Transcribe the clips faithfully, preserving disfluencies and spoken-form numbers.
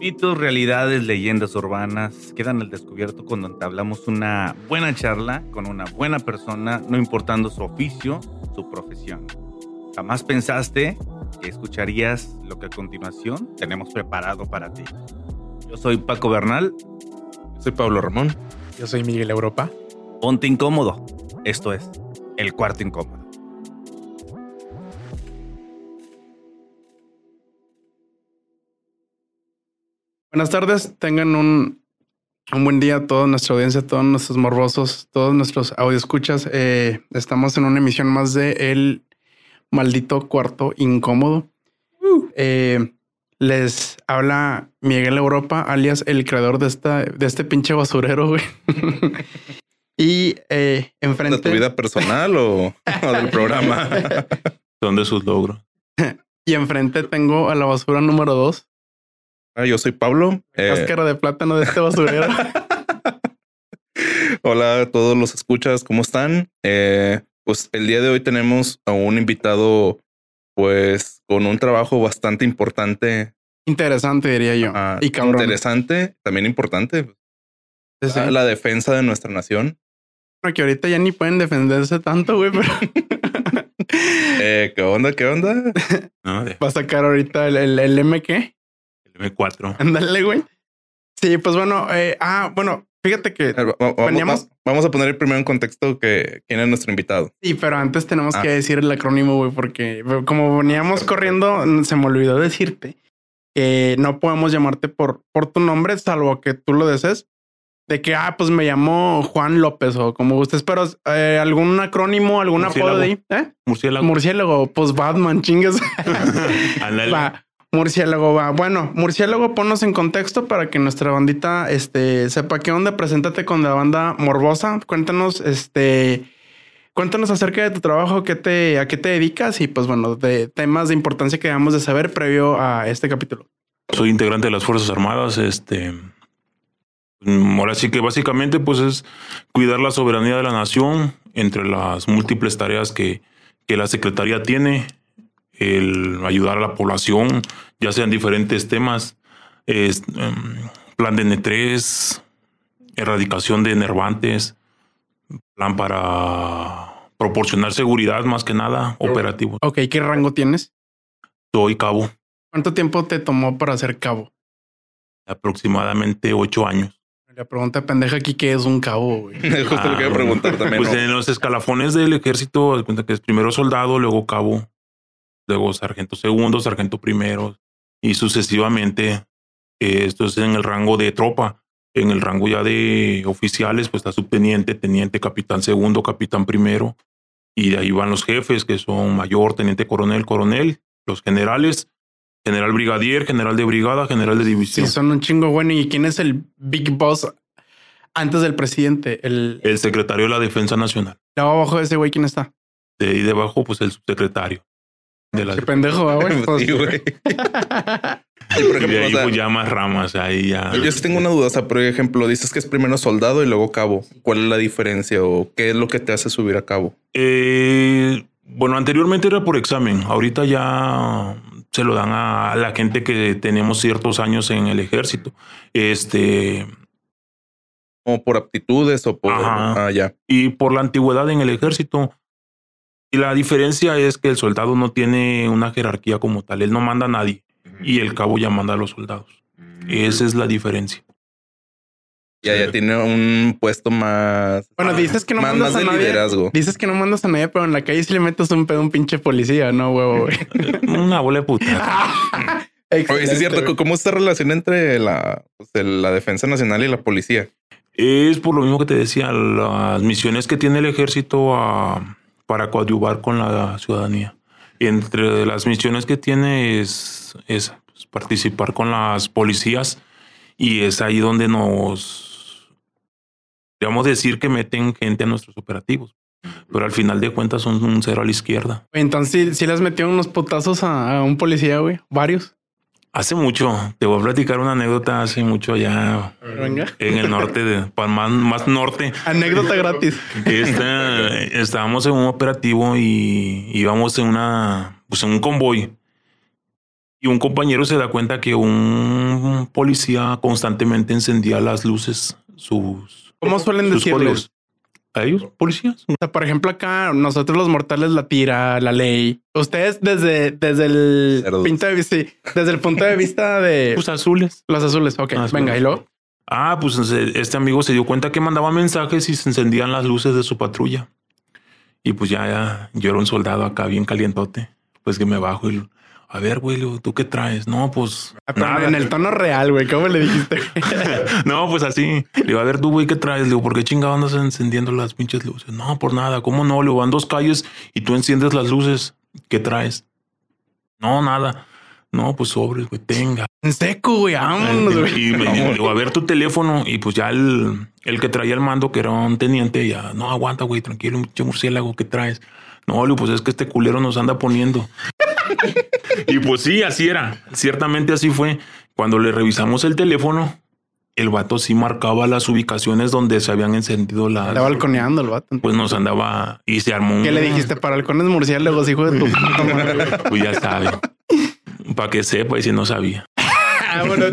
Mitos, realidades, leyendas urbanas quedan al descubierto cuando entablamos una buena charla con una buena persona, no importando su oficio, su profesión. ¿Jamás pensaste que escucharías lo que a continuación tenemos preparado para ti? Yo soy Paco Bernal. Yo soy Pablo Ramón. Yo soy Miguel Europa. Ponte incómodo. Esto es El Cuarto Incómodo. Buenas tardes, tengan un, un buen día a toda nuestra audiencia, todos nuestros morbosos, todos nuestros audioescuchas. Eh, estamos en una emisión más de El Maldito Cuarto Incómodo. Uh. Eh, les habla Miguel Europa, alias el creador de, esta, de este pinche basurero, güey. Y eh, enfrente... ¿De tu vida personal o, o del programa? Son de sus logros. Y enfrente tengo a la basura número dos. Ah, yo soy Pablo. Cáscara eh... de plátano de este basurero. Hola a todos los escuchas, ¿cómo están? Eh, pues el día de hoy tenemos a un invitado, pues con un trabajo bastante importante. Interesante, diría yo. Uh, y cabrón. Interesante, también importante. Sí, sí. La defensa de nuestra nación. Bueno, que ahorita ya ni pueden defenderse tanto, güey, pero... eh, ¿Qué onda? ¿Qué onda? No, de... Va a sacar ahorita el, el, el M qué? M cuatro. Ándale, güey. Sí, pues bueno, eh, ah, bueno, fíjate que ver, vamos, veníamos... vamos a poner primero en contexto que quién es nuestro invitado. Sí, pero antes tenemos ah. que decir el acrónimo, güey, porque como veníamos corriendo, se me olvidó decirte que no podemos llamarte por, por tu nombre, salvo que tú lo desees. De que, ah, pues me llamo Juan López o como gustes, pero eh, algún acrónimo, algún apodo de ahí. ¿Eh? Murciélago. Murciélago, pues Batman, chingues. Va. Murciélago va. Bueno, Murciélago, ponnos en contexto para que nuestra bandita este, sepa qué onda. Preséntate con la banda Morbosa. Cuéntanos, este, cuéntanos acerca de tu trabajo, qué te, a qué te dedicas y pues bueno, de temas de importancia que debemos de saber previo a este capítulo. Soy integrante de las Fuerzas Armadas. Este, ahora sí que básicamente pues es cuidar la soberanía de la nación entre las múltiples tareas que, que la Secretaría tiene. El ayudar a la población, ya sean diferentes temas, es, um, plan de N tres, erradicación de enervantes, plan para proporcionar seguridad más que nada, operativo. Ok, ¿qué rango tienes? Soy cabo. ¿Cuánto tiempo te tomó para ser cabo? Aproximadamente ocho años. La pregunta pendeja aquí, ¿qué es un cabo, güey? Justo ah, lo que iba a preguntar también. Pues ¿no? En los escalafones del ejército, de cuenta que es primero soldado, luego cabo, luego sargento segundo, sargento primero y sucesivamente. Eh, esto es en el rango de tropa. En el rango ya de oficiales, pues está subteniente, teniente, capitán segundo, capitán primero. Y de ahí van los jefes, que son mayor, teniente coronel, coronel, los generales, general brigadier, general de brigada, general de división. Sí, son un chingo bueno. ¿Y quién es el big boss antes del presidente? El, el secretario de la Defensa Nacional. ¿Y abajo de ese güey quién está? De ahí debajo, pues el subsecretario. De la... Qué pendejo, güey. Pues... Sí, güey. Sí, por ejemplo, y de ahí o sea, pues ya más ramas, ahí ya... Yo sí tengo una duda, o sea, por ejemplo, dices que es primero soldado y luego cabo. ¿Cuál es la diferencia o qué es lo que te hace subir a cabo? Eh, bueno, anteriormente era por examen. Ahorita ya se lo dan a la gente que tenemos ciertos años en el ejército. Este... ¿O por aptitudes o por...? Ajá. Ah, ya. Y por la antigüedad en el ejército... Y la diferencia es que el soldado no tiene una jerarquía como tal. Él no manda a nadie. Y el cabo ya manda a los soldados. Esa es la diferencia. Ya, ya tiene un puesto más... Bueno, dices que no más, mandas más a nadie. Liderazgo. Dices que no mandas a nadie, pero en la calle sí le metes un pedo a un pinche policía, ¿no, huevo, güey? Una bola de puta. Oye, sí es cierto. ¿Cómo está la relación entre la, pues, la Defensa Nacional y la policía? Es por lo mismo que te decía. Las misiones que tiene el ejército a... para coadyuvar con la ciudadanía. Entre las misiones que tiene es, es pues, participar con las policías y es ahí donde nos, podríamos decir que meten gente a nuestros operativos, pero al final de cuentas son un cero a la izquierda. Entonces, ¿sí, sí les metió unos potazos a, a un policía, güey? ¿Varios? Hace mucho, te voy a platicar una anécdota hace mucho allá Venga. En el norte, de, más, más norte. Anécdota gratis. Esta, estábamos en un operativo y íbamos en una, pues en un convoy. Y un compañero se da cuenta que un policía constantemente encendía las luces, sus... ¿Cómo suelen sus decirles? códigos. ¿A ellos? ¿Policías? O sea, por ejemplo, acá nosotros los mortales la tira, la ley. Ustedes desde, desde el Cerdos. punto de vista, sí, desde el punto de vista de Pues azules. los azules. Ok, Ah, venga, sí. y luego. Ah, pues se- este amigo se dio cuenta que mandaba mensajes y se encendían las luces de su patrulla. Y pues ya, ya yo era un soldado acá bien calientote. Pues que me bajo y... A ver, güey, le digo, ¿tú qué traes? No, pues Ah, pero nada. en el tono real, güey. ¿Cómo le dijiste? No, pues así. Le digo, a ver, tú, güey, ¿qué traes? Le digo, ¿por qué chingado andas encendiendo las pinches luces? No, por nada. ¿Cómo no? Le digo, van dos calles y tú enciendes las luces. ¿Qué traes? No, nada. No, pues sobres, güey, tenga. En seco, güey. Vámonos, güey. Y me digo, a ver tu teléfono. Y pues ya el, el que traía el mando, que era un teniente, ya, no, aguanta, güey, tranquilo, un pinche murciélago, ¿qué traes? No, le digo, pues es que este culero nos anda poniendo. Y pues sí, así era. Ciertamente así fue. Cuando le revisamos el teléfono, el vato sí marcaba las ubicaciones donde se habían encendido las... Está balconeando el vato. Pues nos andaba y se armó un... ¿Qué le dijiste? Para halcones murciélagos, hijo de tu puta madre. Pues ya sabe. Para que sepa y si no sabía. Ah, bueno.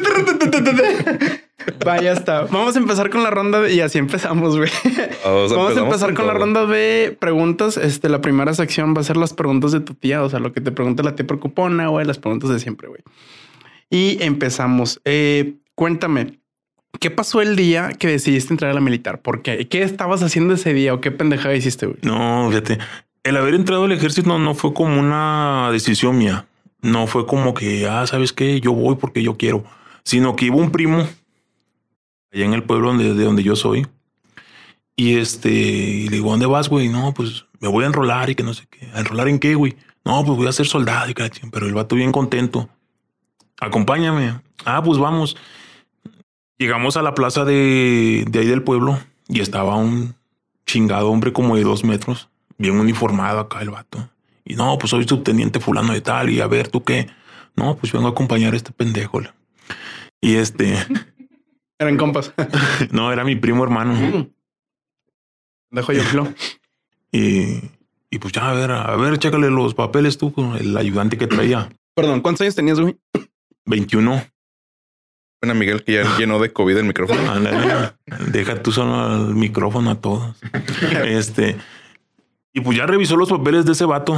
Vaya está. Vamos a empezar con la ronda de- y así empezamos, güey. Vamos a, Vamos a empezar con la todo. ronda de preguntas. Este, la primera sección va a ser las preguntas de tu tía, o sea, lo que te pregunta la tía preocupona, güey, las preguntas de siempre, güey. Y empezamos. Eh, cuéntame, ¿qué pasó el día que decidiste entrar a la militar? ¿Por qué? ¿Qué estabas haciendo ese día o qué pendejada hiciste, güey? No, fíjate. El haber entrado al ejército no, no fue como una decisión mía. No fue como que, ah, ¿sabes qué? Yo voy porque yo quiero. Sino que iba un primo allá en el pueblo donde, de donde yo soy. Y este, y le digo, ¿dónde vas, güey? No, pues me voy a enrolar y que no sé qué. ¿A enrolar en qué, güey? No, pues voy a ser soldado y que la ching- pero el vato bien contento. Acompáñame. Ah, pues vamos. Llegamos a la plaza de, de ahí del pueblo y estaba un chingado hombre como de dos metros, bien uniformado acá el vato. Y no, pues soy subteniente fulano de tal. Y a ver, ¿tú qué? No, pues vengo a acompañar a este pendejo. le. Y este, Eran compas. no, era mi primo hermano. Dejo yo, Flo. Y, y pues ya, a ver, a ver, chécale los papeles tú, con el ayudante que traía. Perdón, ¿cuántos años tenías, güey? veintiuno. Bueno, Miguel, que ya llenó de COVID el micrófono. Ándale, deja tú solo el micrófono a todos. Este, y pues ya revisó los papeles de ese vato.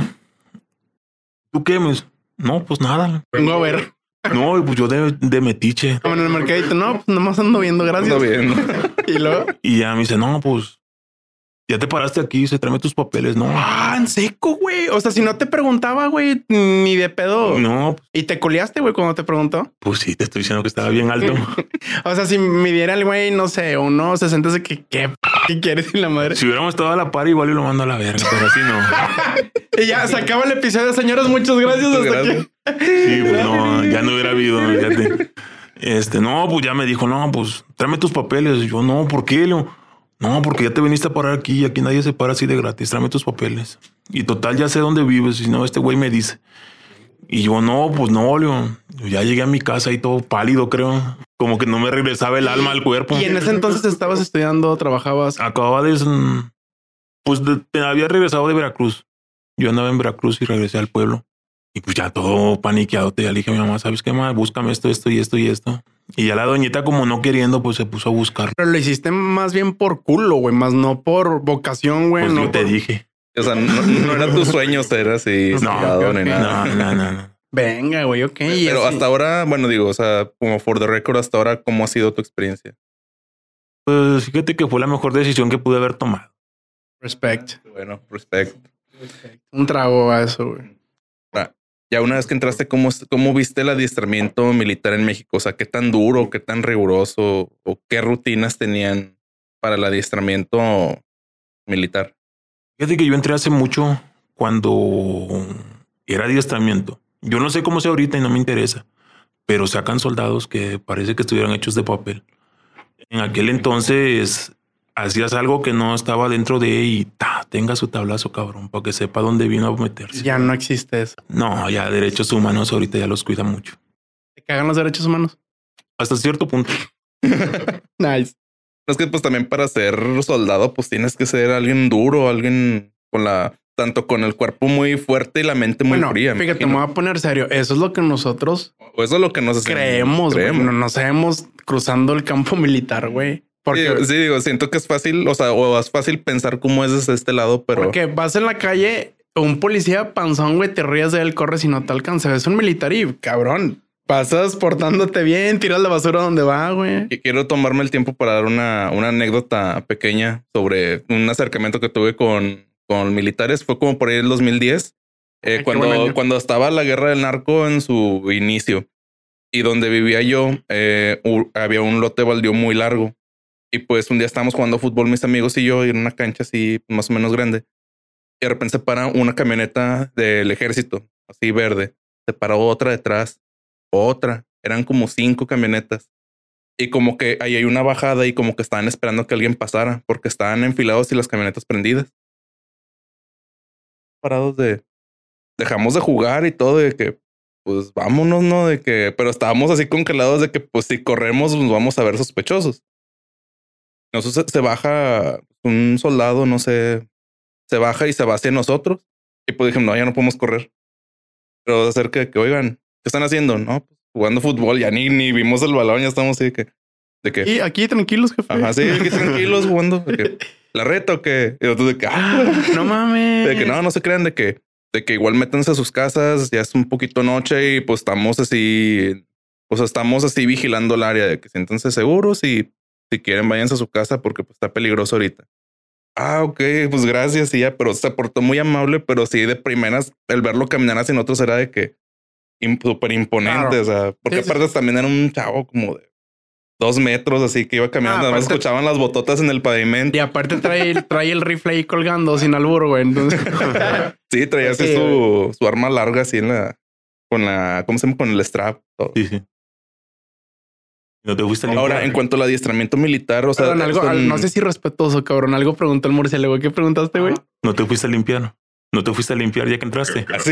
¿Tú qué? Me dice, no, pues nada. Vengo a ver. No, pues yo de, de metiche. Como en el mercadito. No, pues nomás ando viendo, gracias. Está bien. Y luego. Y ya me dice, no, pues ya te paraste aquí, se tráeme tus papeles. No, Ah, en seco, güey. O sea, si no te preguntaba, güey, ni de pedo. no, Y te coleaste, güey, cuando te preguntó. pues sí, te estoy diciendo que estaba bien alto. O sea, si midiera el güey, no sé, uno sesenta, de que qué, qué quieres en la madre. Si hubiéramos estado a la par, igual y lo mando a la verga, pero así no. Y ya se acaba el episodio, señores. Muchas gracias. Hasta Gracias. aquí. Sí, pues no, ya no hubiera habido, fíjate. Este, no, pues ya me dijo, no, pues tráeme tus papeles. Y yo, no, ¿por qué? Le digo, no, porque ya te viniste a parar aquí y aquí nadie se para así de gratis. Tráeme tus papeles. Y total, ya sé dónde vives. Y no, este güey me dice. Y yo, no, pues no, le digo, yo ya llegué a mi casa y todo pálido, creo. Como que no me regresaba el alma al cuerpo. Y en ese entonces estabas estudiando, trabajabas. Acababa de, mm, pues de- te había regresado de Veracruz. Yo andaba en Veracruz y regresé al pueblo. Y pues ya todo paniqueado, te ya le dije a mi mamá, ¿sabes qué, mamá? Búscame esto, esto y esto y esto. Y ya la doñita, como no queriendo, pues se puso a buscar. Pero lo hiciste más bien por culo, güey, más no por vocación, güey. Pues no yo te por- dije. O sea, no, no era tu sueño ser así, No, soldado ok, ni ok. nada. No, no, no, no. Venga, güey, ok. y Pero así- hasta ahora, bueno, digo, o sea, como for the record, hasta ahora, ¿cómo ha sido tu experiencia? Pues fíjate que fue la mejor decisión que pude haber tomado. Respect. Bueno, respect. Un trago a eso, güey. Ya una vez que entraste, ¿cómo, cómo viste el adiestramiento militar en México? O sea, ¿qué tan duro, qué tan riguroso o qué rutinas tenían para el adiestramiento militar? Fíjate que yo entré hace mucho cuando era adiestramiento. Yo no sé cómo sea ahorita y no me interesa, pero sacan soldados que parece que estuvieran hechos de papel. En aquel entonces hacías algo que no estaba dentro de y ta, tenga su tablazo, cabrón, para que sepa dónde vino a meterse. Ya no existe eso. No, ya derechos humanos ahorita ya los cuidan mucho. Te cagan los derechos humanos. Hasta cierto punto. Nice. Es que pues también para ser soldado, pues tienes que ser alguien duro, alguien con la tanto con el cuerpo muy fuerte y la mente muy bueno, fría. Fíjate, me voy a poner serio. Eso es lo que nosotros o eso es lo que nos creemos, creemos. No nos sabemos cruzando el campo militar, güey. Porque sí, sí, digo, siento que es fácil, o sea, o es fácil pensar cómo es desde este lado, pero porque vas en la calle, un policía panzón, güey, te rías de él, corres y no te alcanza. Es un militar y cabrón, pasas portándote bien, tiras la basura donde va, güey. Y quiero tomarme el tiempo para dar una, una anécdota pequeña sobre un acercamiento que tuve con, con militares. Fue como por ahí el dos mil diez, eh, Ay, cuando, cuando estaba la guerra del narco en su inicio y donde vivía yo, eh, había un lote baldío muy largo. Y pues un día estábamos jugando fútbol mis amigos y yo en una cancha así más o menos grande. Y de repente se para una camioneta del ejército, así verde. Se paró otra detrás, otra. Eran como cinco camionetas. Y como que ahí hay una bajada y como que estaban esperando que alguien pasara porque estaban enfilados y las camionetas prendidas. Parados de... Dejamos de jugar y todo de que pues vámonos, ¿no? De que... Pero estábamos así congelados de que pues si corremos nos vamos a ver sospechosos. Entonces se baja un soldado, no sé, se baja y se va hacia nosotros. Y pues dijimos, no, ya no podemos correr. Pero acerca de que, oigan, ¿qué están haciendo? No, pues, jugando fútbol, ya ni, ni vimos el balón, ya estamos así de que... De que y aquí tranquilos, jefe. Ajá, sí, aquí tranquilos jugando. De que, ¿la reta o qué? Y nosotros de que, ah, no mames. De que no, no se crean de que, de que igual métanse a sus casas, ya es un poquito noche y pues estamos así, pues estamos así vigilando el área de que siéntanse seguros y si quieren, váyanse a su casa porque pues, está peligroso ahorita. Ah, ok, pues gracias. Y ya, pero se portó muy amable, pero sí de primeras el verlo caminar hacia nosotros era de que súper imponente. Claro. O sea, porque sí, aparte sí. También era un chavo como de dos metros, así que iba caminando. Ah, además escuchaban las bototas en el pavimento. Y aparte trae, trae el rifle ahí colgando sin albur, güey. Entonces, sí, traía así sí, su, su arma larga así en la, con la, ¿cómo se llama? Con el strap. Todo. Sí, sí. No te fuiste a limpiar. Ahora, en cuanto al adiestramiento militar, o sea, Perdón, algo, con... no sé si respetuoso, cabrón. Algo preguntó el murciélago. ¿Qué preguntaste, güey? No te fuiste a limpiar. No te fuiste a limpiar ya que entraste. Así.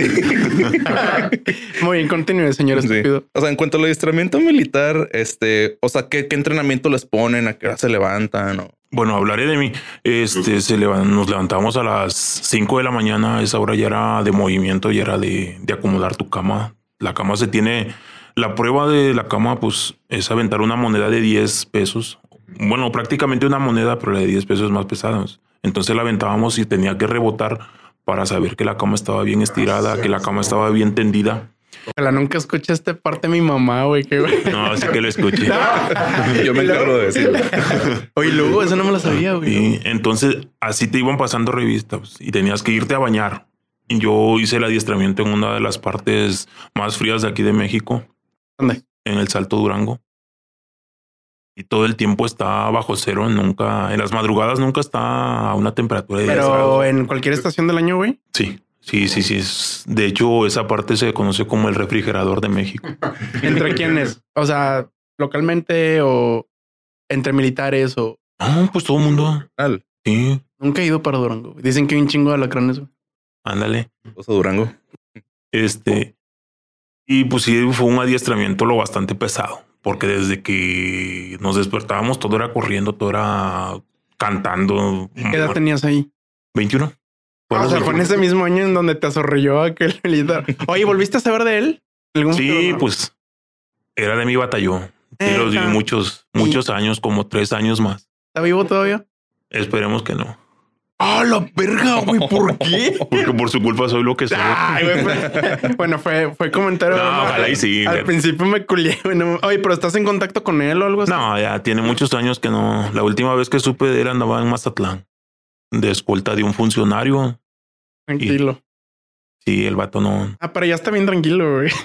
Muy bien, continúe, señor estúpido. Sí. O sea, en cuanto al adiestramiento militar, este, o sea, ¿qué, qué entrenamiento les ponen? ¿A qué hora se levantan? ¿O? Bueno, hablaré de mí. Este, se levan, nos levantamos a las cinco de la mañana. Esa hora ya era de movimiento, ya era de, de acomodar tu cama. La cama se tiene... La prueba de la cama, pues, es aventar una moneda de diez pesos. Bueno, prácticamente una moneda, pero la de diez pesos es más pesada. Entonces la aventábamos y tenía que rebotar para saber que la cama estaba bien estirada, que la cama estaba bien tendida. Ojalá nunca escuché esta parte de mi mamá, güey. Qué güey. No, así que lo escuché. Yo me encargo de decirlo. Oye, luego eso no me lo sabía, güey. Y entonces así te iban pasando revistas y tenías que irte a bañar. Y yo hice el adiestramiento en una de las partes más frías de aquí de México. ¿Dónde? En el Salto Durango. Y todo el tiempo está bajo cero. Nunca, en las madrugadas nunca está a una temperatura de Pero grados. En cualquier estación del año, güey. Sí, sí, sí, sí. Es, de hecho, esa parte se conoce como el refrigerador de México. ¿Entre quiénes? O sea, localmente o entre militares o. No, pues todo el mundo. Sí. Nunca he ido para Durango. Dicen que hay un chingo de alacranes, güey. Ándale. Oso Durango. Este. Y pues sí, fue un adiestramiento lo bastante pesado, porque desde que nos despertábamos todo era corriendo, todo era cantando. ¿Qué edad tenías ahí? veintiuno. Ah, o sea, fue en ese mismo año en donde te azorrilló aquel militar. Oye, ¿volviste a saber de él? ¿Algún sí, programa? Pues era de mi batallón. Sí, eh, los viví muchos, muchos años, como tres años más. ¿Está vivo todavía? Esperemos que no. ¡Ah, la verga, güey! ¿Por qué? Porque por su culpa soy lo que soy. Ay, güey, fue, bueno, fue, fue comentario. No, no, ojalá y sí. Al principio me culié, güey. No, oye, ¿pero estás en contacto con él o algo así? No, ya tiene muchos años que no. La última vez que supe de él andaba en Mazatlán. De escolta de un funcionario. Tranquilo. Y, sí, el vato no. Ah, pero ya está bien tranquilo, güey.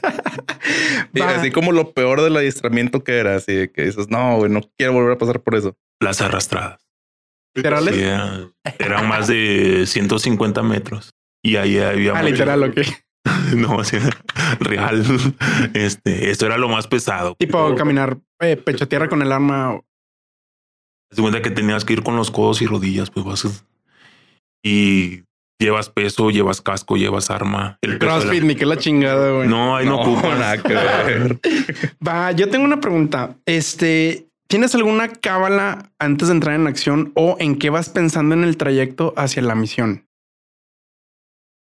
Sí, así como lo peor del adiestramiento que era. Así que dices, no, güey, no quiero volver a pasar por eso. Las arrastradas. ¿Literales? Sí, era, eran más de ciento cincuenta metros y ahí había. Ah, literal, ok. No, o sea, real. Este, esto era lo más pesado. Tipo caminar eh, pecho a tierra con el arma. Se cuenta que tenías que ir con los codos y rodillas, pues vas y llevas peso, llevas casco, llevas arma. El CrossFit, la... ni que la chingada, güey. No, ahí no, no ocupa nada que ver. Va, yo tengo una pregunta. Este. ¿Tienes alguna cábala antes de entrar en acción o en qué vas pensando en el trayecto hacia la misión?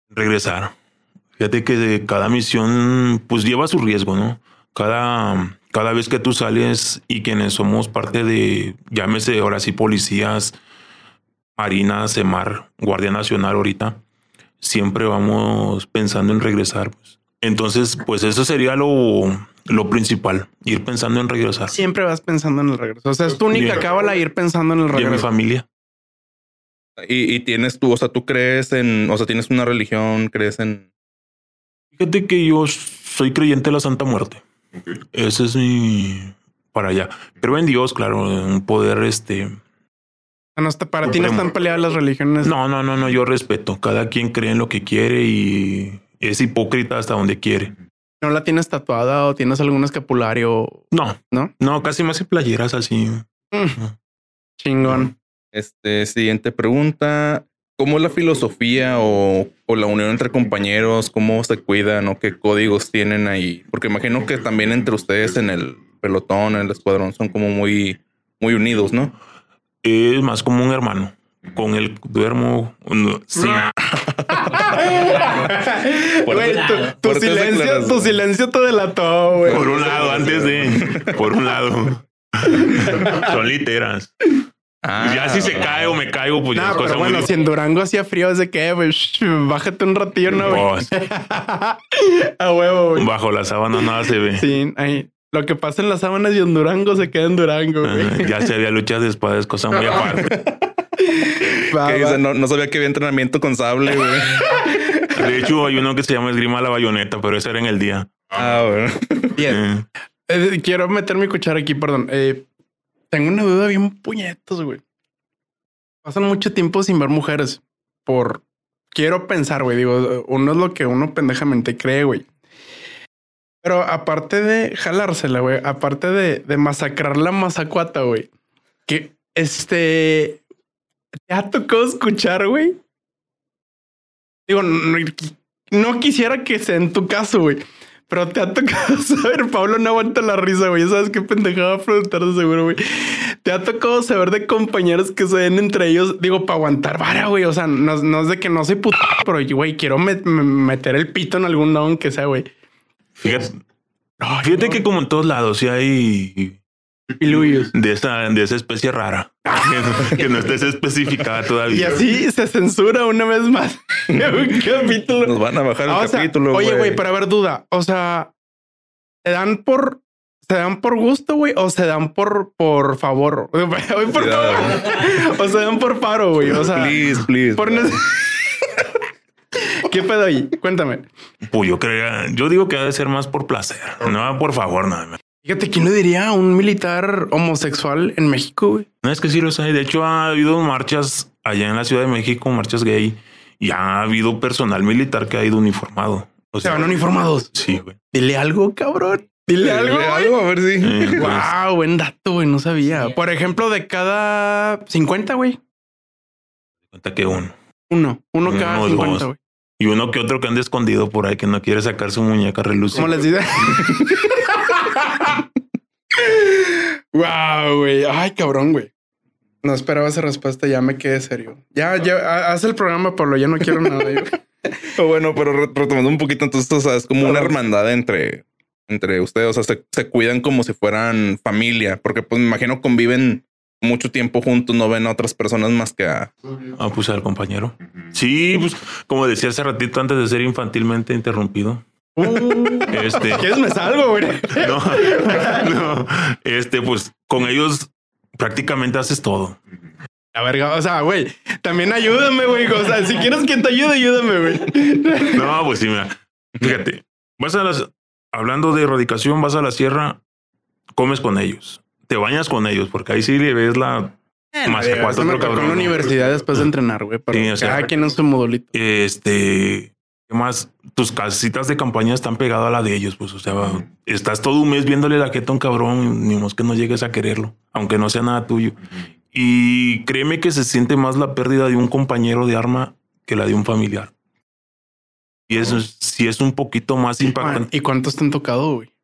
Regresar. Fíjate que de cada misión pues lleva su riesgo, ¿no? Cada, cada vez que tú sales y quienes somos parte de, llámese ahora sí policías, Marina, Semar, Guardia Nacional ahorita, siempre vamos pensando en regresar. Pues. Entonces, pues eso sería lo, lo principal, ir pensando en regresar. Siempre vas pensando en el regreso. O sea, es tu única Bien. cábala ir pensando en el Y en mi regreso. familia. Y, y tienes tú, o sea, tú crees en, o sea, tienes una religión, crees en... Fíjate que yo soy creyente de la Santa Muerte. Ok. Ese es mi... para allá. Pero en Dios, claro, un poder este... No está, para ti no Supremo. están peleadas las religiones. No, no, no, no, yo respeto. Cada quien cree en lo que quiere y es hipócrita hasta donde quiere. ¿No la tienes tatuada o tienes algún escapulario? No, ¿No? no, casi más que playeras así. Mm, chingón. Este, siguiente pregunta. ¿Cómo es la filosofía o, o la unión entre compañeros? ¿Cómo se cuidan o qué códigos tienen ahí? Porque imagino que también entre ustedes en el pelotón, en el escuadrón, son como muy, muy unidos, ¿no? Es más como un hermano. Con él duermo. no, sí. Güey, tu, tu Fuertes silencio, declaraciones. tu silencio te delató, güey. Por un lado, antes de. Por un lado. Son literas. Ah, Ya si se cae o me caigo, pues ya No, es cosa pero bueno, muy... si en Durango hacía frío, es de que, güey, shh, bájate un ratillo, ¿no, güey? Pues, A huevo, güey. bajo la sábana nada se ve. Sí, ahí. Lo que pasa en las sábanas y en Durango se queda en Durango, güey. Ah, ya se había luchas de espada, es cosa muy aparte. Va, ¿Qué va. dice? No, no sabía que había entrenamiento con sable, güey. De hecho, hay uno que se llama esgrima a la bayoneta, pero ese era en el día. Ah, bueno. Bien. Eh, Eh, quiero meter mi cuchara aquí, perdón. Eh, tengo una duda bien puñetos, güey. Pasan mucho tiempo sin ver mujeres por... Quiero pensar, güey. Digo, uno es lo que uno pendejamente cree, güey. Pero aparte de jalársela, güey, aparte de, de masacrar la mazacuata, güey, que este... ¿Te ha tocado escuchar, güey? Digo, no, no quisiera que sea en tu caso, güey. Pero te ha tocado saber, Pablo no aguanta la risa, güey. ¿Sabes qué pendejada preguntar de seguro, güey? Te ha tocado saber de compañeros que se den entre ellos, digo, para aguantar vara, güey. O sea, no, no es de que no soy puto, pero, güey, quiero me- me- meter el pito en algún lado que sea, güey. Fíjate, fíjate que como en todos lados, sí hay Piluyos. de esa, de esa especie rara. Que no, que no estés especificada Y todavía. así se censura una vez más. Un capítulo. Nos van a bajar el Ah, o sea, capítulo, oye, güey, para ver duda. O sea, ¿se dan por, se dan por gusto, güey? ¿O se dan por, por favor? Oye, por Cuidado. favor. O se dan por paro, güey. O sea, Please, please. por no- ¿Qué pedo ahí? Cuéntame. Pues yo creo, yo digo que ha de ser más por placer, no por favor, nada más. Fíjate, ¿quién le diría a un militar homosexual en México, güey? No es que sí los hay. De hecho, ha habido marchas allá en la Ciudad de México, marchas gay, y ha habido personal militar que ha ido uniformado. O Se sea, van uniformados. sí, güey. Dile algo, cabrón. Dile algo, Dile güey. algo, a ver si. Eh, pues, Wow, buen dato, güey. No sabía. Por ejemplo, de cada cincuenta, güey. cuenta que uno. Uno. Uno cada Unos cincuenta, dos. güey. Y uno que otro que anda escondido por ahí que no quiere sacar su muñeca relucir. ¿Cómo les dice? Wow, güey. Ay, cabrón, güey. No esperaba esa respuesta. Ya me quedé serio. Ya, ya, ha- haz el programa, Pablo. Ya no quiero nada. Yo. Pero bueno, pero re- retomando un poquito, entonces, o sea, es como una hermandad entre, entre ustedes. O sea, se, se cuidan como si fueran familia, porque pues me imagino conviven mucho tiempo juntos, no ven a otras personas más que a... Ah, pues al compañero. Sí, pues como decía hace ratito antes de ser infantilmente interrumpido. Uh, Este, ¿quieres me salgo, güey? no, no, este, pues con ellos prácticamente haces todo. La verga. O sea, güey, también ayúdame, güey. O sea, si quieres que te ayude, ayúdame, güey. No, pues sí, mira, fíjate, vas a las, hablando de erradicación, vas a la sierra, comes con ellos, te bañas con ellos, porque ahí sí le ves la más que Eso cuatro me otro tocó en cabrón. la universidad después de entrenar, güey. Pero Sí, o sea, cada quien en su modulito. Este, ¿qué más? Tus casitas de campaña están pegadas a la de ellos, pues, o sea, estás todo un mes viéndole la jeta a un cabrón, ni más que no llegues a quererlo, aunque no sea nada tuyo. Y créeme que se siente más la pérdida de un compañero de arma que la de un familiar. Y eso es- sí es un poquito más impactante. ¿Y cuántos te han tocado, güey?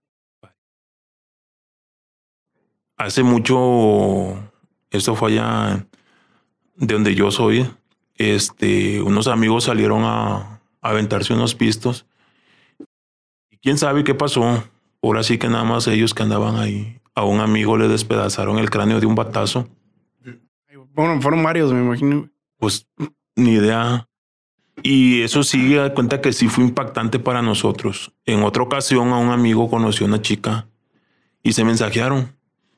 Hace mucho, esto fue allá de donde yo soy, este, unos amigos salieron a, aventarse unos pistos. Y quién sabe qué pasó. Ahora sí que nada más ellos que andaban ahí. A un amigo le despedazaron el cráneo de un batazo. Bueno, fueron varios, me imagino. Pues ni idea. Y eso sí, da cuenta que sí fue impactante para nosotros. En otra ocasión a un amigo conoció a una chica y se mensajearon.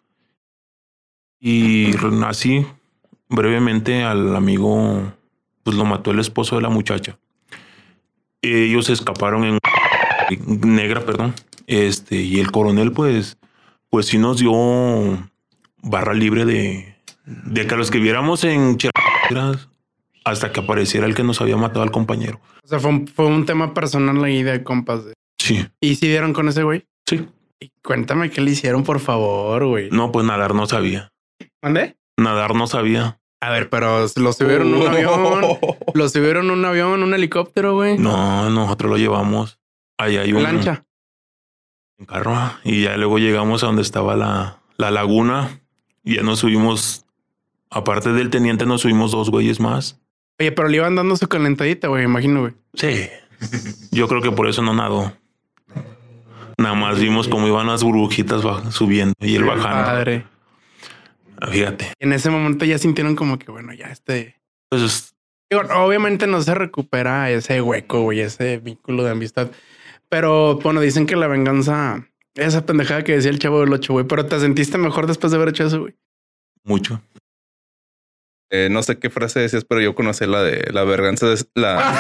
Y así, brevemente, al amigo pues lo mató el esposo de la muchacha. Ellos escaparon en negra, perdón. Este, y el coronel, pues, pues sí nos dio barra libre de, de que los que viéramos en Cherras hasta que apareciera el que nos había matado al compañero. O sea, fue un, fue un tema personal la idea de compas. De... Sí. ¿Y si dieron con ese güey? Sí. Y cuéntame qué le hicieron, por favor, güey. No, pues nadar no sabía. ¿Dónde? Nadar no sabía. A ver, pero los subieron en un avión. Los subieron en un avión, un helicóptero, güey. No, nosotros lo llevamos. Ahí hay un lancha. En carro. Y ya luego llegamos a donde estaba la, la laguna. Y ya nos subimos. Aparte del teniente, nos subimos dos güeyes más. Oye, pero le iban dando su calentadita, güey, imagino, güey. Sí. Yo creo que por eso no nadó. Nada más vimos cómo iban las burbujitas subiendo y él bajando. Padre. Fíjate. En ese momento ya sintieron como que, bueno, ya este... Pues digo, obviamente no se recupera ese hueco, güey, ese vínculo de amistad. Pero, bueno, dicen que la venganza... Esa pendejada que decía el Chavo del Ocho, güey. Pero ¿te sentiste mejor después de haber hecho eso, güey? Mucho. Eh, no sé qué frase decías, pero yo conocí la de la venganza de la...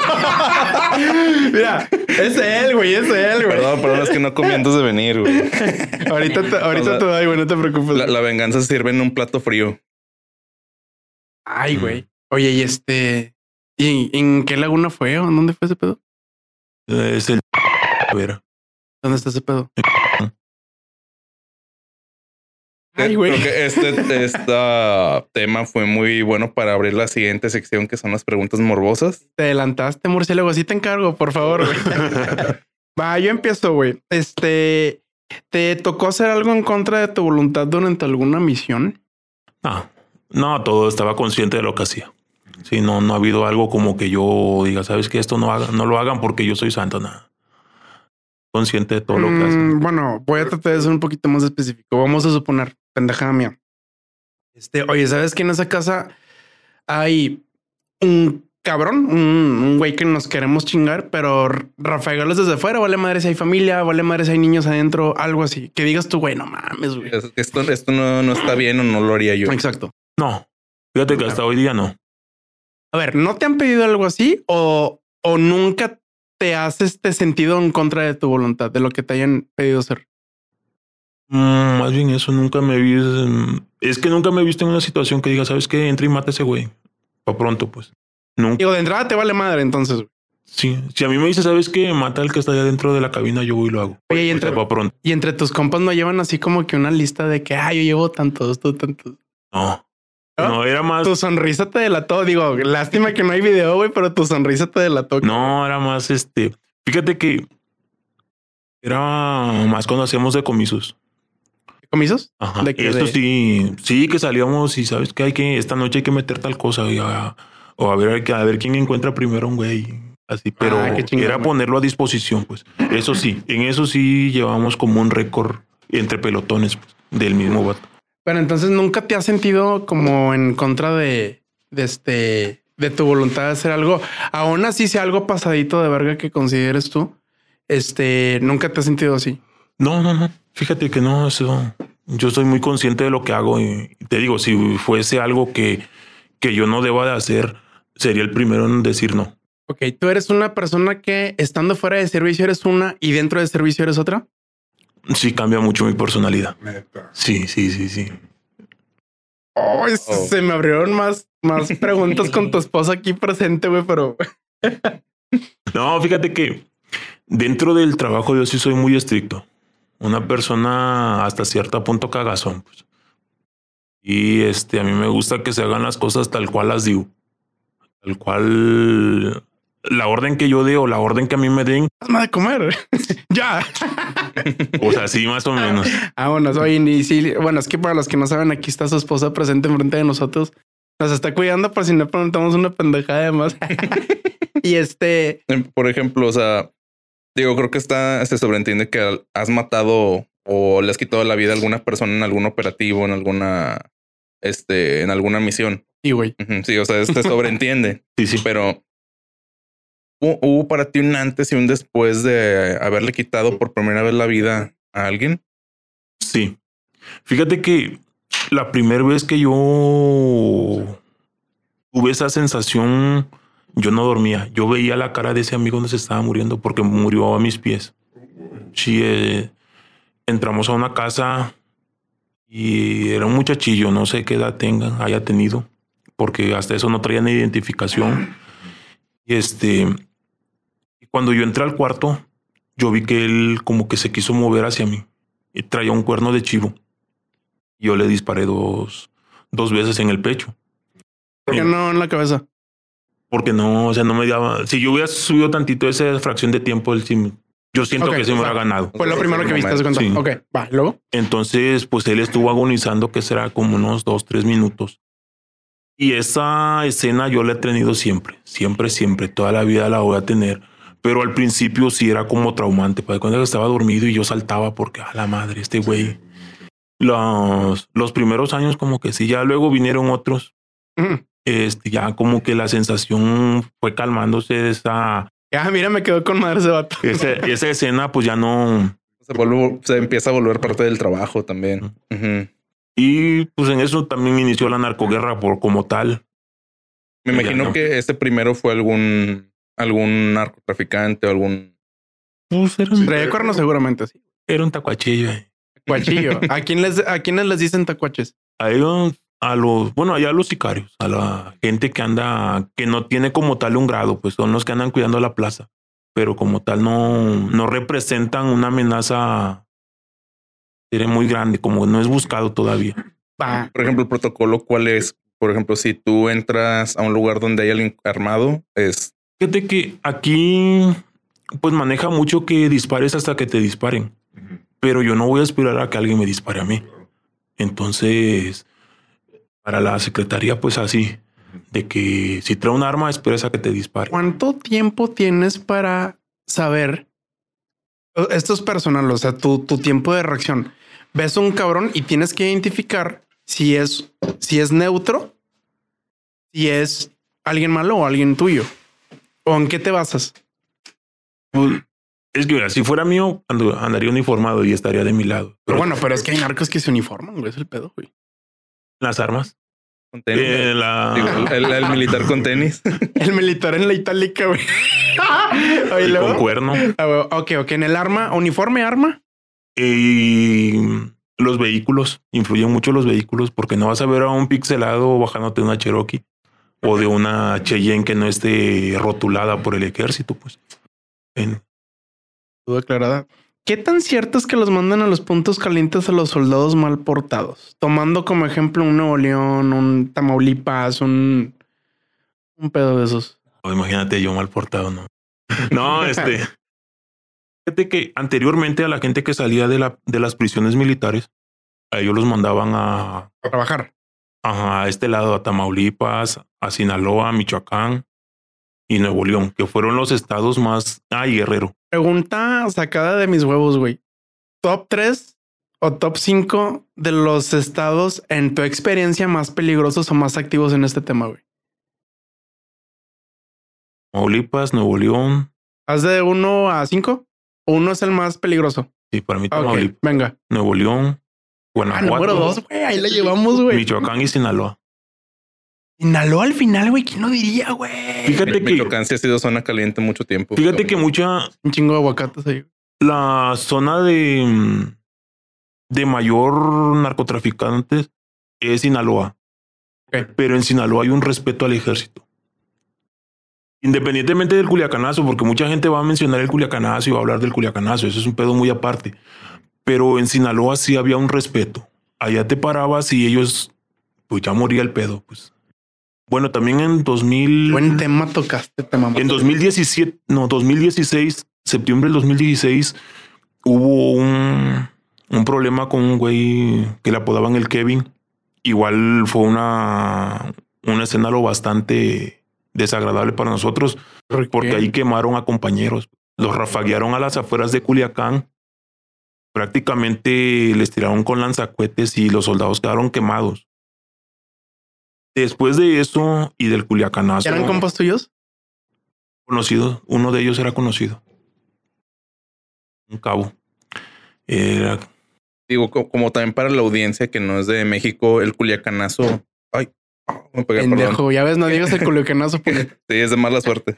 Mira, es él, güey, es él, güey. Perdón, perdón, es que no comí antes de venir, güey. ahorita te, ahorita o sea, te doy, güey, no te preocupes. La, la venganza se sirve en un plato frío. Ay, güey. Mm. Oye, y este... ¿Y en qué laguna fue o dónde fue ese pedo? Es el... ¿Dónde está ese pedo? Ay, güey. Creo que este, este tema fue muy bueno para abrir la siguiente sección, que son las preguntas morbosas. Te adelantaste, murciélago. Así te encargo, por favor, güey. Va, yo empiezo, güey. Este, ¿te tocó hacer algo en contra de tu voluntad durante alguna misión? No, no, todo estaba consciente de lo que hacía. Sí, no, no ha habido algo como que yo diga, sabes que esto no haga, no lo hagan porque yo soy santo, nada. Consciente de todo lo que mm, hacen. Bueno, voy a tratar de ser un poquito más específico. Vamos a suponer, pendejada mía. Este, oye, ¿sabes que en esa casa hay un cabrón, un, un güey que nos queremos chingar, pero Rafael desde fuera, vale madre si hay familia, vale madre si hay niños adentro, algo así. Que digas tú, güey, no mames, güey. Esto, esto no, no está bien o no lo haría yo. Exacto. No, fíjate que hasta hoy día no. A ver, ¿no te han pedido algo así o, o nunca te has este sentido en contra de tu voluntad, de lo que te hayan pedido hacer? Mm, más bien eso, nunca me vi. Es que nunca me he visto en una situación que diga, ¿sabes qué? Entra y mata a ese güey. Pa' pronto, pues. Nunca. Digo, de entrada te vale madre, entonces. Güey. Sí, si a mí me dice, ¿sabes qué? Mata al que está allá dentro de la cabina, yo voy y lo hago. Oye, y entre, pa' pronto. Y entre tus compas no llevan así como que una lista de que, ah, yo llevo tantos, tú tantos. No. No, no era más. Tu sonrisa te delató. Digo, lástima que no hay video, güey, pero tu sonrisa te delató. No, era más este. Fíjate que era más cuando hacíamos decomisos. ¿Decomisos? Ajá. ¿De qué, Esto de... sí, sí que salíamos y sabes que hay que esta noche hay que meter tal cosa y a, o a ver, a ver quién encuentra primero un güey. Así, pero ah, chingón, era güey. ponerlo a disposición, pues. Eso sí, en eso sí llevamos como un récord entre pelotones pues, del mismo vato. Pero entonces nunca te has sentido como en contra de, de este, de tu voluntad de hacer algo. Aún así sea algo pasadito de verga que consideres tú. Este, nunca te has sentido así. No, no, no. Fíjate que no, eso. Yo soy muy consciente de lo que hago y te digo, si fuese algo que, que yo no deba de hacer, sería el primero en decir no. Ok, tú eres una persona que estando fuera de servicio eres una y dentro de servicio eres otra. Sí, cambia mucho mi personalidad. Sí, sí, sí, sí. Oh, oh. Se me abrieron más, más preguntas con tu esposa aquí presente, güey, pero... No, fíjate que dentro del trabajo yo sí soy muy estricto. Una persona hasta cierto punto cagazón. Pues. Y este, a mí me gusta que se hagan las cosas tal cual las digo. Tal cual... La orden que yo dé o la orden que a mí me den. Hazme de comer. Ya. O sea, sí, más o menos. Ah, bueno, oye, y sí, bueno, es que para los que no saben, aquí está su esposa presente enfrente de nosotros. Nos está cuidando por si no preguntamos una pendejada de más. Y este... Por ejemplo, o sea, digo, creo que está, se sobreentiende que has matado o le has quitado la vida a alguna persona en algún operativo, en alguna, este, en alguna misión. Sí, güey. Uh-huh, sí, o sea, se sobreentiende. Sí, sí. Pero ¿hubo, hubo para ti un antes y un después de haberle quitado por primera vez la vida a alguien? Sí. Fíjate que la primera vez que yo tuve esa sensación, yo no dormía. Yo veía la cara de ese amigo donde se estaba muriendo porque murió a mis pies. Sí, eh, entramos a una casa y era un muchachillo, no sé qué edad tenga, haya tenido, porque hasta eso no traían identificación. Y este, cuando yo entré al cuarto, yo vi que él como que se quiso mover hacia mí y traía un cuerno de chivo. Yo le disparé dos, dos veces en el pecho. ¿Por qué no en la cabeza? Porque no, o sea, no me daba. Si yo hubiera subido tantito esa fracción de tiempo, él sí, yo siento Ok, que sí me o sea, hubiera ganado. Fue lo primero que viste, ¿te das cuenta? Sí. Ok, va, luego. Entonces, pues él estuvo agonizando, que será como unos dos, tres minutos. Y esa escena yo la he tenido siempre, siempre, siempre, toda la vida la voy a tener. Pero al principio sí era como traumante, para cuando estaba dormido y yo saltaba porque a la madre, este güey. Los, los primeros años como que sí, ya luego vinieron otros. Ujú. Este, ya como que la sensación fue calmándose de esa, Ah, mira, me quedó con madre ese vato. esa, esa escena, pues ya no. Se, vuelve, se empieza a volver parte del trabajo también. Uh-huh. Y pues en eso también inició la narcoguerra por como tal. Me Ya imagino no. que ese primero fue algún, algún narcotraficante o algún... Pues era un, Traía cuernos seguramente, sí. era un tacuachillo. eh. Tacuachillo. ¿A quién les, a quiénes les dicen tacuaches? A ellos, a los, bueno, allá a los sicarios, a la gente que anda, que no tiene como tal un grado, pues son los que andan cuidando la plaza, pero como tal no, no representan una amenaza muy grande, como no es buscado todavía. Va. Por ejemplo, el protocolo, ¿cuál es? Por ejemplo, si tú entras a un lugar donde hay alguien armado, es... Fíjate que aquí pues maneja mucho que dispares hasta que te disparen, pero yo no voy a esperar a que alguien me dispare a mí. Entonces, para la secretaría, pues así, de que si trae un arma, esperes a que te dispare. ¿Cuánto tiempo tienes para saber? Esto es personal, o sea, tu, tu tiempo de reacción. Ves a un cabrón y tienes que identificar si es, si es neutro, si es alguien malo o alguien tuyo. ¿O en qué te basas? Pues, es que mira, si fuera mío, ando- andaría uniformado y estaría de mi lado. Pero bueno, pero es que hay narcos que se uniforman, güey, es el pedo, güey. Las armas. Con tenis. Eh, la- Digo, el, el militar con tenis. El militar en la itálica, güey. Oye, y luego- con cuerno. Ah, güey, ok, ok, en el arma, uniforme, arma. Y los vehículos, influyen mucho los vehículos, porque no vas a ver a un pixelado bajándote de una Cherokee o de una Cheyenne que no esté rotulada por el ejército, pues. En- Duda aclarada. ¿Qué tan cierto es que los mandan a los puntos calientes a los soldados mal portados? Tomando como ejemplo un Nuevo León, un Tamaulipas, un, un pedo de esos. o imagínate yo mal portado, ¿no? No, este... Fíjate que anteriormente a la gente que salía de, la, de las prisiones militares, a ellos los mandaban a, A trabajar. a, a este lado, a Tamaulipas, a Sinaloa, Michoacán y Nuevo León, que fueron los estados más... Ah, y Guerrero. Pregunta sacada de mis huevos, güey. Top tres o top cinco de los estados en tu experiencia más peligrosos o más activos en este tema, güey. Tamaulipas, Nuevo León. ¿Haz de uno a cinco? Uno es el más peligroso. Sí, para mí Ok, Tamaulipas, venga. Nuevo León, Ah, Guanajuato, número dos, güey. Ahí la llevamos, güey. Michoacán y Sinaloa. Sinaloa al final, güey. ¿Quién lo diría, güey? Fíjate que, Michoacán sí ha sido zona caliente mucho tiempo. fíjate que mucha... Un chingo de aguacates ahí. La zona de, de mayor narcotraficantes es Sinaloa. Ok. Pero en Sinaloa hay un respeto al ejército. Independientemente del Culiacanazo, porque mucha gente va a mencionar el Culiacanazo y va a hablar del Culiacanazo. Eso es un pedo muy aparte. Pero en Sinaloa sí había un respeto. Allá te parabas y ellos, pues ya moría el pedo. Pues. Bueno, también en dos mil... Buen tema tocaste, te mamá. En dos mil diecisiete, no, dos mil dieciséis, septiembre del dos mil dieciséis, hubo un, un problema con un güey que le apodaban el Kevin. Igual fue una, una escena lo bastante desagradable para nosotros ¿Por porque qué? ahí quemaron a compañeros. Los rafaguearon a las afueras de Culiacán. Prácticamente les tiraron con lanzacohetes y los soldados quedaron quemados. Después de eso y del Culiacanazo. ¿Eran compas tuyos? Conocido, uno de ellos era conocido. Un cabo. Era... Digo, co- como también para la audiencia que no es de México, el Culiacanazo. Ay, me pegué, perdón. Pendejo, ya ves, no digas el culiacanazo. Porque... Sí, es de mala suerte.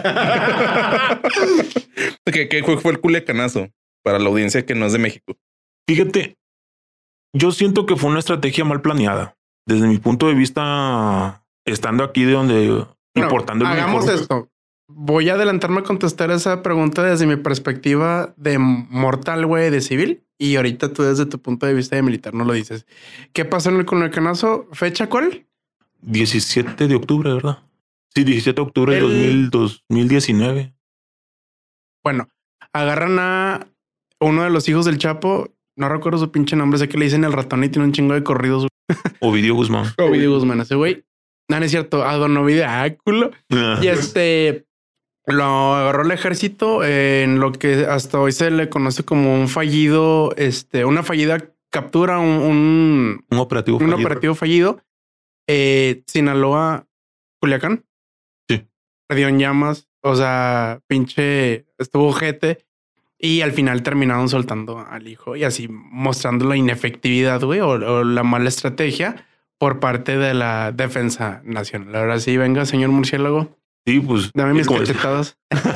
¿Qué, qué fue, fue el Culiacanazo? Para la audiencia que no es de México. Fíjate, yo siento que fue una estrategia mal planeada. Desde mi punto de vista, estando aquí de donde... Bueno, importando el hagamos mejor- esto. Voy a adelantarme a contestar esa pregunta desde mi perspectiva de mortal, güey, de civil. Y ahorita tú desde tu punto de vista de militar no lo dices. ¿Qué pasó en el Culiacanazo? ¿Fecha cuál? diecisiete de octubre, ¿verdad? Sí, diecisiete de octubre de El- dos mil, dos mil diecinueve. Bueno, agarran a uno de los hijos del Chapo. No recuerdo su pinche nombre. Sé que le dicen el ratón y tiene un chingo de corridos. Ovidio Guzmán. Ovidio Guzmán, ese güey. No, no es cierto. A Don Ovidio, ah, culo. Y este lo agarró el ejército en lo que hasta hoy se le conoce como un fallido, este, una fallida captura, un, un, Un operativo un fallido. operativo fallido. Eh, Sinaloa, Culiacán. Sí. Perdió en llamas. O sea, pinche estuvo jete. Y al final terminaron soltando al hijo y así mostrando la inefectividad, güey, o, o la mala estrategia por parte de la defensa nacional. Ahora sí, venga, señor murciélago, Sí, pues... dame mis como- cachetadas.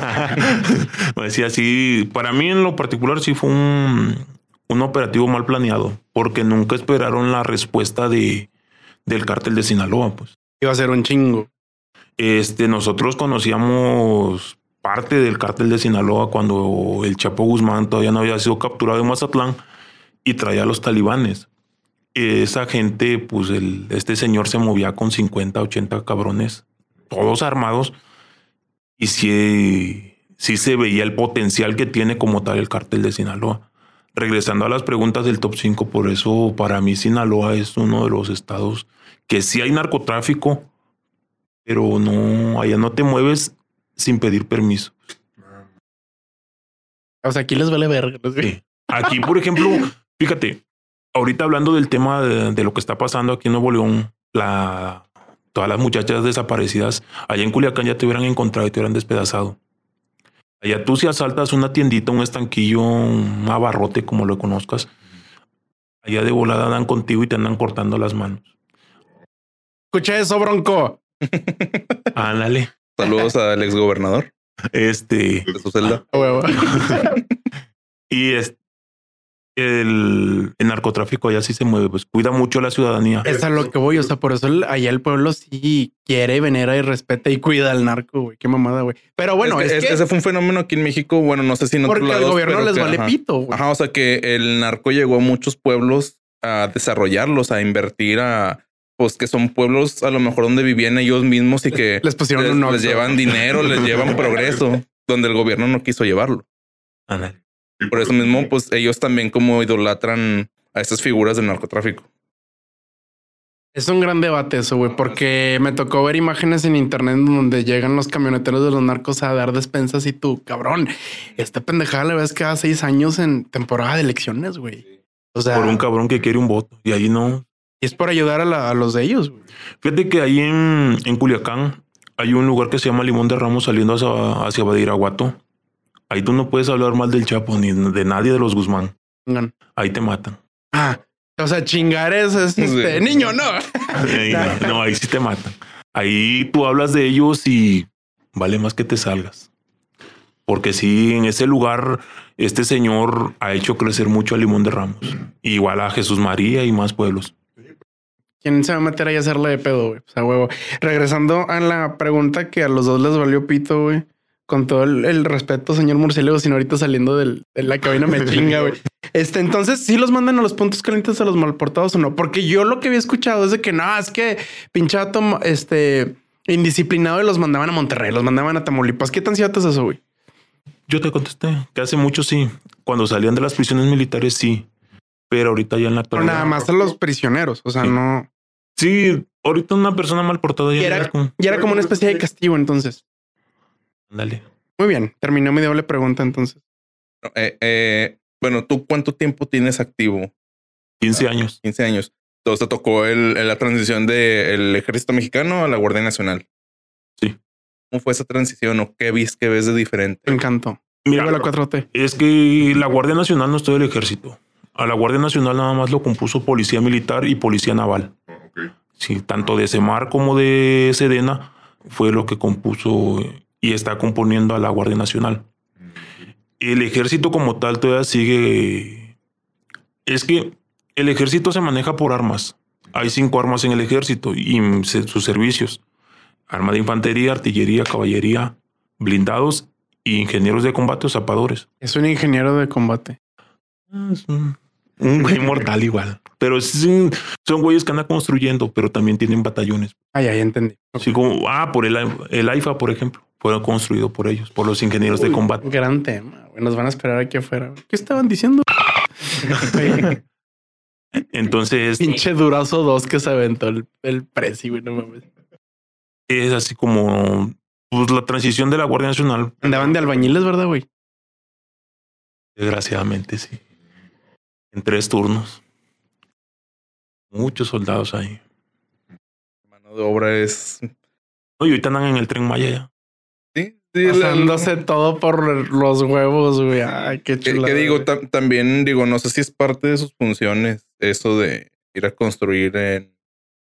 Me decía así, para mí en lo particular sí fue un, un operativo mal planeado, porque nunca esperaron la respuesta de, del cártel de Sinaloa, pues. Iba a ser un chingo. Este, nosotros conocíamos parte del cártel de Sinaloa cuando el Chapo Guzmán todavía no había sido capturado en Mazatlán y traía a los talibanes. Esa gente, pues el, este señor se movía con cincuenta, ochenta cabrones, todos armados, y sí, sí se veía el potencial que tiene como tal el cártel de Sinaloa. Regresando a las preguntas del top cinco, por eso para mí Sinaloa es uno de los estados que sí hay narcotráfico, pero no, allá no te mueves sin pedir permiso. O sea, aquí les vale verga. ¿no? Sí. Aquí, por ejemplo, fíjate, ahorita hablando del tema de, de lo que está pasando aquí en Nuevo León, la, todas las muchachas desaparecidas, allá en Culiacán ya te hubieran encontrado y te hubieran despedazado. Allá tú si asaltas una tiendita, un estanquillo, un abarrote, como lo conozcas, allá de volada dan contigo y te andan cortando las manos. Escucha eso, Bronco. Ándale. Saludos al exgobernador Este... de su celda. A huevo. Y es el, el narcotráfico allá sí se mueve, pues cuida mucho a la ciudadanía. Es a lo que voy. O sea, por eso el- allá el pueblo sí quiere, venera y respeta y cuida al narco, güey. Qué mamada, güey. Pero bueno, Es es, que que, ese fue un fenómeno aquí en México. Bueno, no sé si en otros porque al lados, gobierno pero les que- vale ajá. pito, güey. Ajá, o sea que el narco llegó a muchos pueblos a desarrollarlos, a invertir, a pues que son pueblos a lo mejor donde vivían ellos mismos y que Les pusieron les, un les Oxxo. llevan dinero, les llevan progreso, donde el gobierno no quiso llevarlo. Ándale. Por eso mismo, pues ellos también como idolatran a estas figuras del narcotráfico. Es un gran debate eso, güey, porque me tocó ver imágenes en internet donde llegan los camioneteros de los narcos a dar despensas y tú, cabrón, esta pendejada la ves cada seis años en temporada de elecciones, güey. O sea, Por un cabrón que quiere un voto. Y ahí no. y es por ayudar a, la- a los de ellos, güey. Fíjate que ahí en, en Culiacán hay un lugar que se llama Limón de Ramos saliendo hacia, hacia Badiraguato. Ahí tú no puedes hablar mal del Chapo ni de nadie de los Guzmán. Vengan. Ahí te matan. Ah, o sea, chingar es, es, este, Sí. niño, no. Ahí no, no, ahí sí te matan. Ahí tú hablas de ellos y vale más que te salgas. Porque sí, en ese lugar, este señor ha hecho crecer mucho a Limón de Ramos. Igual a Jesús María y más pueblos. ¿Quién se va a meter ahí a hacerle de pedo, güey? O sea, huevo. Regresando a la pregunta que a los dos les valió pito, güey. Con todo el, el respeto, señor Murciélago, sino ahorita saliendo del, de la cabina me chinga, güey. Este, entonces, ¿sí los mandan a los puntos calientes a los malportados o no? Porque yo lo que había escuchado es de que no, es que pinchato, este, indisciplinado y los mandaban a Monterrey, los mandaban a Tamaulipas. ¿Qué tan cierto es eso, güey? Yo te contesté que hace mucho sí. Cuando salían de las prisiones militares sí. Pero ahorita ya en la Pero actualidad. nada más a los prisioneros, o sea, Sí. no. Sí, ahorita una persona mal portada ya Y era, es como, y era como una especie de castigo, entonces. ándale. Muy bien, terminó mi doble pregunta, entonces. Eh, eh, bueno, ¿tú cuánto tiempo tienes activo? quince años. quince años. Entonces te tocó el, la transición del ejército mexicano a la Guardia Nacional. Sí. ¿Cómo fue esa transición o qué vis que ves de diferente? Me encantó. Mira, Viva la cuatro T. es que la Guardia Nacional no es todo el ejército. A la Guardia Nacional nada más lo compuso Policía Militar y Policía Naval. Sí, tanto de Semar como de Sedena fue lo que compuso y está componiendo a la Guardia Nacional. El ejército como tal todavía sigue... Es que el ejército se maneja por armas. Hay cinco armas en el ejército y sus servicios. Arma de infantería, artillería, caballería, blindados y ingenieros de combate o zapadores. Es un ingeniero de combate. Es un, un güey mortal igual. Pero es un, son güeyes que andan construyendo, pero también tienen batallones. Ah, ya, ya entendí. Así como, ah, por el, el AIFA, por ejemplo, fue construido por ellos, por los ingenieros Uy, de combate. Gran tema. Güey. Nos van a esperar aquí afuera. ¿Qué estaban diciendo? Entonces, Pinche Durazo dos que se aventó el, el presi, güey, no mames. es así como pues, la transición de la Guardia Nacional. Andaban de albañiles, ¿verdad, güey? Desgraciadamente, sí. En tres turnos. Muchos soldados ahí. Mano de obra es... No, y ahorita andan en el Tren Maya ya. Sí, sí. Pasándose la... todo por los huevos, güey. Ay, qué chulada. Que digo, tam también digo, no sé si es parte de sus funciones eso de ir a construir en...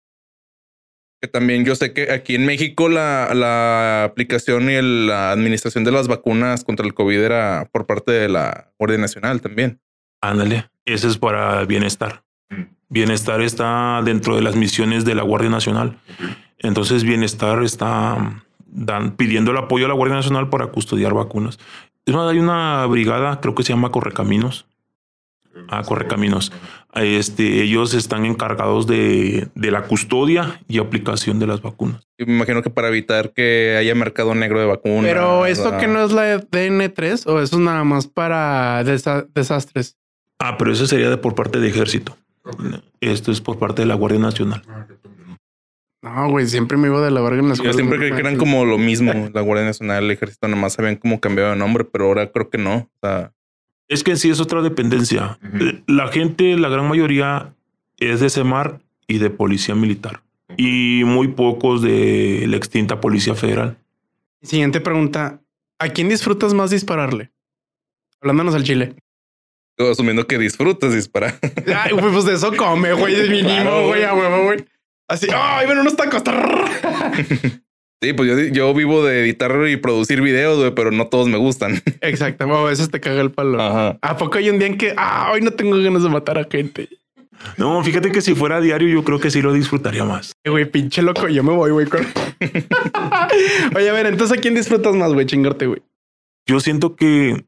Que también yo sé que aquí en México la, la aplicación y el, la administración de las vacunas contra el COVID era por parte de la Guardia Nacional también. Ándale, ese es para bienestar. Bienestar está dentro de las misiones de la Guardia Nacional. Entonces bienestar está dan, pidiendo el apoyo a la Guardia Nacional para custodiar vacunas. Es más, hay una brigada, creo que se llama Correcaminos. Ah, Correcaminos. Este, ellos están encargados de, de la custodia y aplicación de las vacunas. Y me imagino que para evitar que haya mercado negro de vacunas. Pero esto ¿verdad? Que no es la D N tres o eso es nada más para desa desastres. Ah, pero eso sería de por parte del ejército. Okay. Esto es por parte de la Guardia Nacional. No, güey, siempre me iba de la verga en las Yo siempre creí que eran como lo mismo. La Guardia Nacional, el ejército, nomás sabían cómo cambiaba de nombre, pero ahora creo que no. O sea, es que sí es otra dependencia. Uh-huh. La gente, la gran mayoría es de Semar y de Policía Militar. Y muy pocos de la extinta Policía Federal. Siguiente pregunta. ¿A quién disfrutas más dispararle? Hablándonos al chile. Yo asumiendo que disfrutas disparar. Ay, pues de eso come, güey. Es mínimo, güey, a huevo, güey. Así, ay, bueno, unos tacos. Sí, pues yo, yo vivo de editar y producir videos, güey, pero no todos me gustan. Exacto. A veces te caga el palo. Ajá. ¿A poco hay un día en que ah, hoy no tengo ganas de matar a gente? No, fíjate que si fuera diario, yo creo que sí lo disfrutaría más. Güey, pinche loco, yo me voy, güey. Con... Oye, a ver, entonces ¿a quién disfrutas más, güey? Chingarte, güey. Yo siento que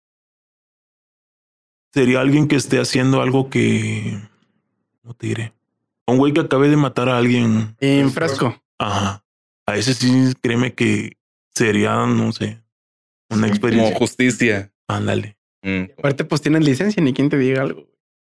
sería alguien que esté haciendo algo que no te diré. Un güey que acabe de matar a alguien en fresco. Ajá. A ese sí, créeme que sería, no sé, una experiencia. Como justicia. Ándale. Mm. Aparte, pues tienes licencia, ni quien te diga algo.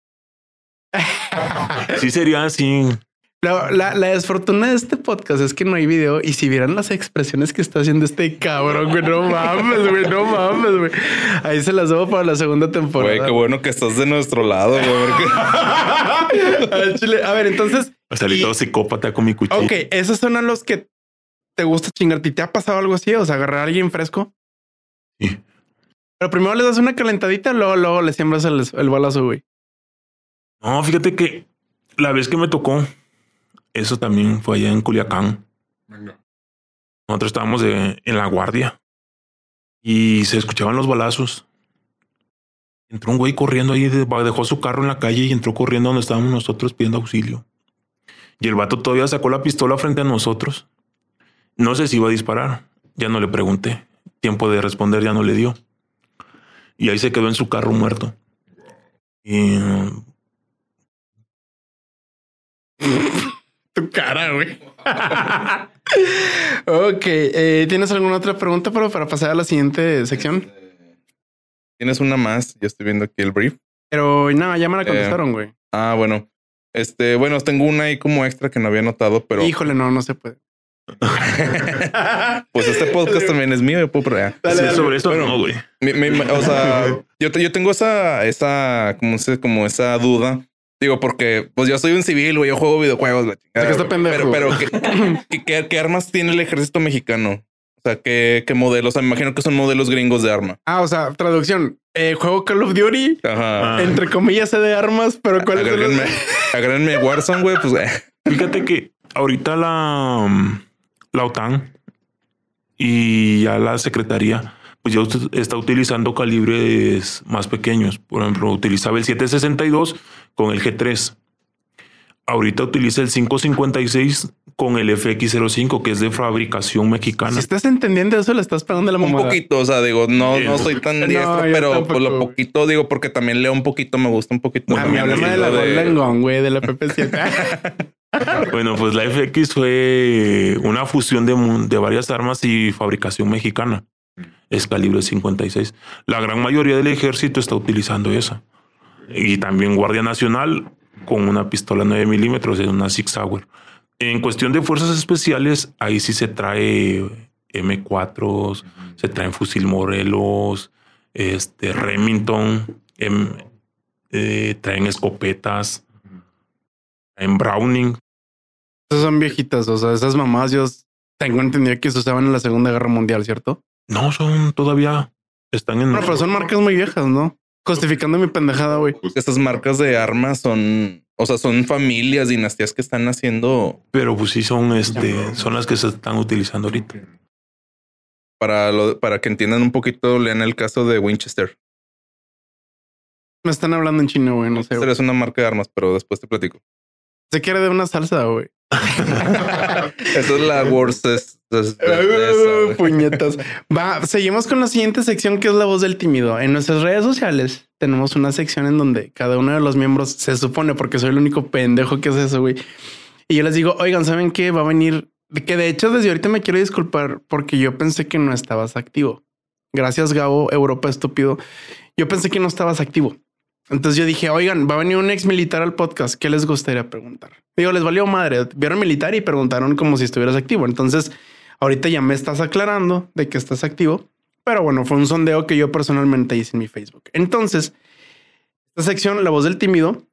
Sí, sería así. La, la, la desfortuna de este podcast es que no hay video y si vieran las expresiones que está haciendo este cabrón, güey, no mames, güey, no mames, güey. Ahí se las debo para la segunda temporada. Güey, qué bueno que estás de nuestro lado, güey. A, Chile. A ver, entonces... Salí todo psicópata con mi cuchillo. Ok, esos son a los que te gusta chingarte. ¿Te ha pasado algo así? O sea, agarrar a alguien fresco. Sí. Pero primero les das una calentadita, luego, luego le siembras el, el balazo, güey. No, fíjate que la vez que me tocó, eso también fue allá en Culiacán. Venga. Nosotros estábamos de, en la guardia y se escuchaban los balazos. Entró un güey corriendo ahí, dejó su carro en la calle y entró corriendo donde estábamos nosotros pidiendo auxilio. Y el vato todavía sacó la pistola frente a nosotros. No sé si iba a disparar. Ya no le pregunté. Tiempo de responder ya no le dio. Y ahí se quedó en su carro muerto. Y... Tu cara, güey. Ok. Eh, ¿Tienes alguna otra pregunta para, para pasar a la siguiente sección? Tienes una más. Yo estoy viendo aquí el brief. Pero no, ya me la contestaron, güey. Eh, ah, bueno. Este, bueno, tengo una ahí como extra que no había notado, pero... Híjole, no, no se puede. Pues este podcast también es mío, yo puedo probar. Dale, sí, dale. Sobre esto bueno, no, güey. O sea, yo, yo tengo esa, esa, como, como esa duda. Digo, porque pues yo soy un civil, güey, yo juego videojuegos. La chingada, está pendejo. Pero, pero ¿qué, qué, ¿qué armas tiene el ejército mexicano? O sea, ¿qué, qué modelos? O sea, me imagino que son modelos gringos de arma. Ah, o sea, traducción. Eh, juego Call of Duty. Ajá. Entre comillas, sé de armas, pero ¿cuál agréguenme, es el... agréguenme Warzone, güey, pues... Fíjate que ahorita la, la OTAN y ya la Secretaría pues ya está utilizando calibres más pequeños. Por ejemplo, utilizaba el siete sesenta y dos con el G tres. Ahorita utiliza el cinco cincuenta y seis con el F X cero cinco, que es de fabricación mexicana. Si estás entendiendo eso, le estás pegando la mamada. Un poquito, o sea, digo, no, no soy tan diestro, no, pero por lo poquito, digo, porque también leo un poquito, me gusta un poquito. A mí hablame de la Golden Gun, güey, de la P P siete. Bueno, pues la F X fue una fusión de, de varias armas y fabricación mexicana. Es calibre cincuenta y seis. La gran mayoría del ejército está utilizando esa. Y también Guardia Nacional con una pistola nueve milímetros, es una Sig Sauer. En cuestión de fuerzas especiales, ahí sí se trae M cuatro, uh-huh. Se traen fusil Morelos, este, Remington, em, eh, traen escopetas, uh-huh. traen Browning. Esas son viejitas, o sea, esas mamás yo tengo entendido que se usaban en la Segunda Guerra Mundial, ¿cierto? No, son todavía, están en... No, pero son marcas muy viejas, ¿no? Justificando mi pendejada, güey. Estas marcas de armas son, o sea, son familias, dinastías que están haciendo. Pero pues sí son, este, son las que se están utilizando ahorita. Para lo, para que entiendan un poquito, lean el caso de Winchester. Me están hablando en chino, güey, no sé. Winchester es una marca de armas, pero después te platico. Se quiere de una salsa, güey. Esa es la worst. Es, es, uh, puñetas. Va, seguimos con la siguiente sección, que es la voz del tímido. En nuestras redes sociales tenemos una sección en donde cada uno de los miembros se supone, porque soy el único pendejo que hace eso, güey. Y yo les digo, oigan, ¿saben qué? Va a venir, que de hecho desde ahorita me quiero disculpar porque yo pensé que no estabas activo. Gracias, Gabo, Europa estúpido. Yo pensé que no estabas activo. Entonces yo dije, oigan, va a venir un ex militar al podcast. ¿Qué les gustaría preguntar? Digo, les valió madre. Vieron militar y preguntaron como si estuvieras activo. Entonces, ahorita ya me estás aclarando de que estás activo. Pero bueno, fue un sondeo que yo personalmente hice en mi Facebook. Entonces, esta sección, la voz del tímido.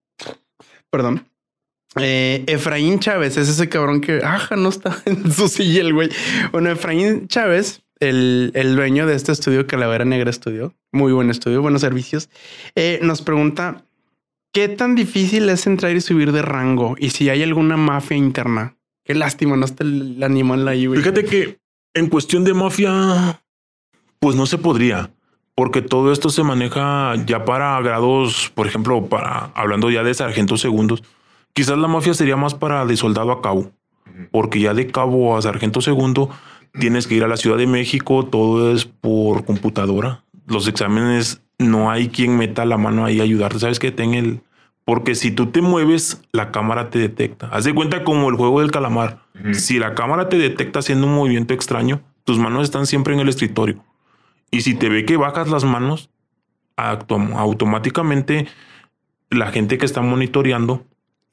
Perdón. Eh, Efraín Chávez es ese cabrón que, ajá, no está en su silla el güey. Bueno, Efraín Chávez, el, el dueño de este estudio, Calavera Negra Estudio, muy buen estudio, buenos servicios, eh, nos pregunta qué tan difícil es entrar y subir de rango y si hay alguna mafia interna. Qué lástima, no está el animal ahí, güey. Fíjate que en cuestión de mafia, pues no se podría, porque todo esto se maneja ya para grados, por ejemplo, para hablando ya de sargentos segundos. Quizás la mafia sería más para de soldado a cabo, porque ya de cabo a sargento segundo tienes que ir a la Ciudad de México, todo es por computadora. Los exámenes no hay quien meta la mano ahí a ayudarte. ¿Sabes qué? Ten el... Porque si tú te mueves, la cámara te detecta. Haz de cuenta como el juego del calamar. Uh-huh. Si la cámara te detecta haciendo un movimiento extraño, tus manos están siempre en el escritorio. Y si te ve que bajas las manos, autom- automáticamente la gente que está monitoreando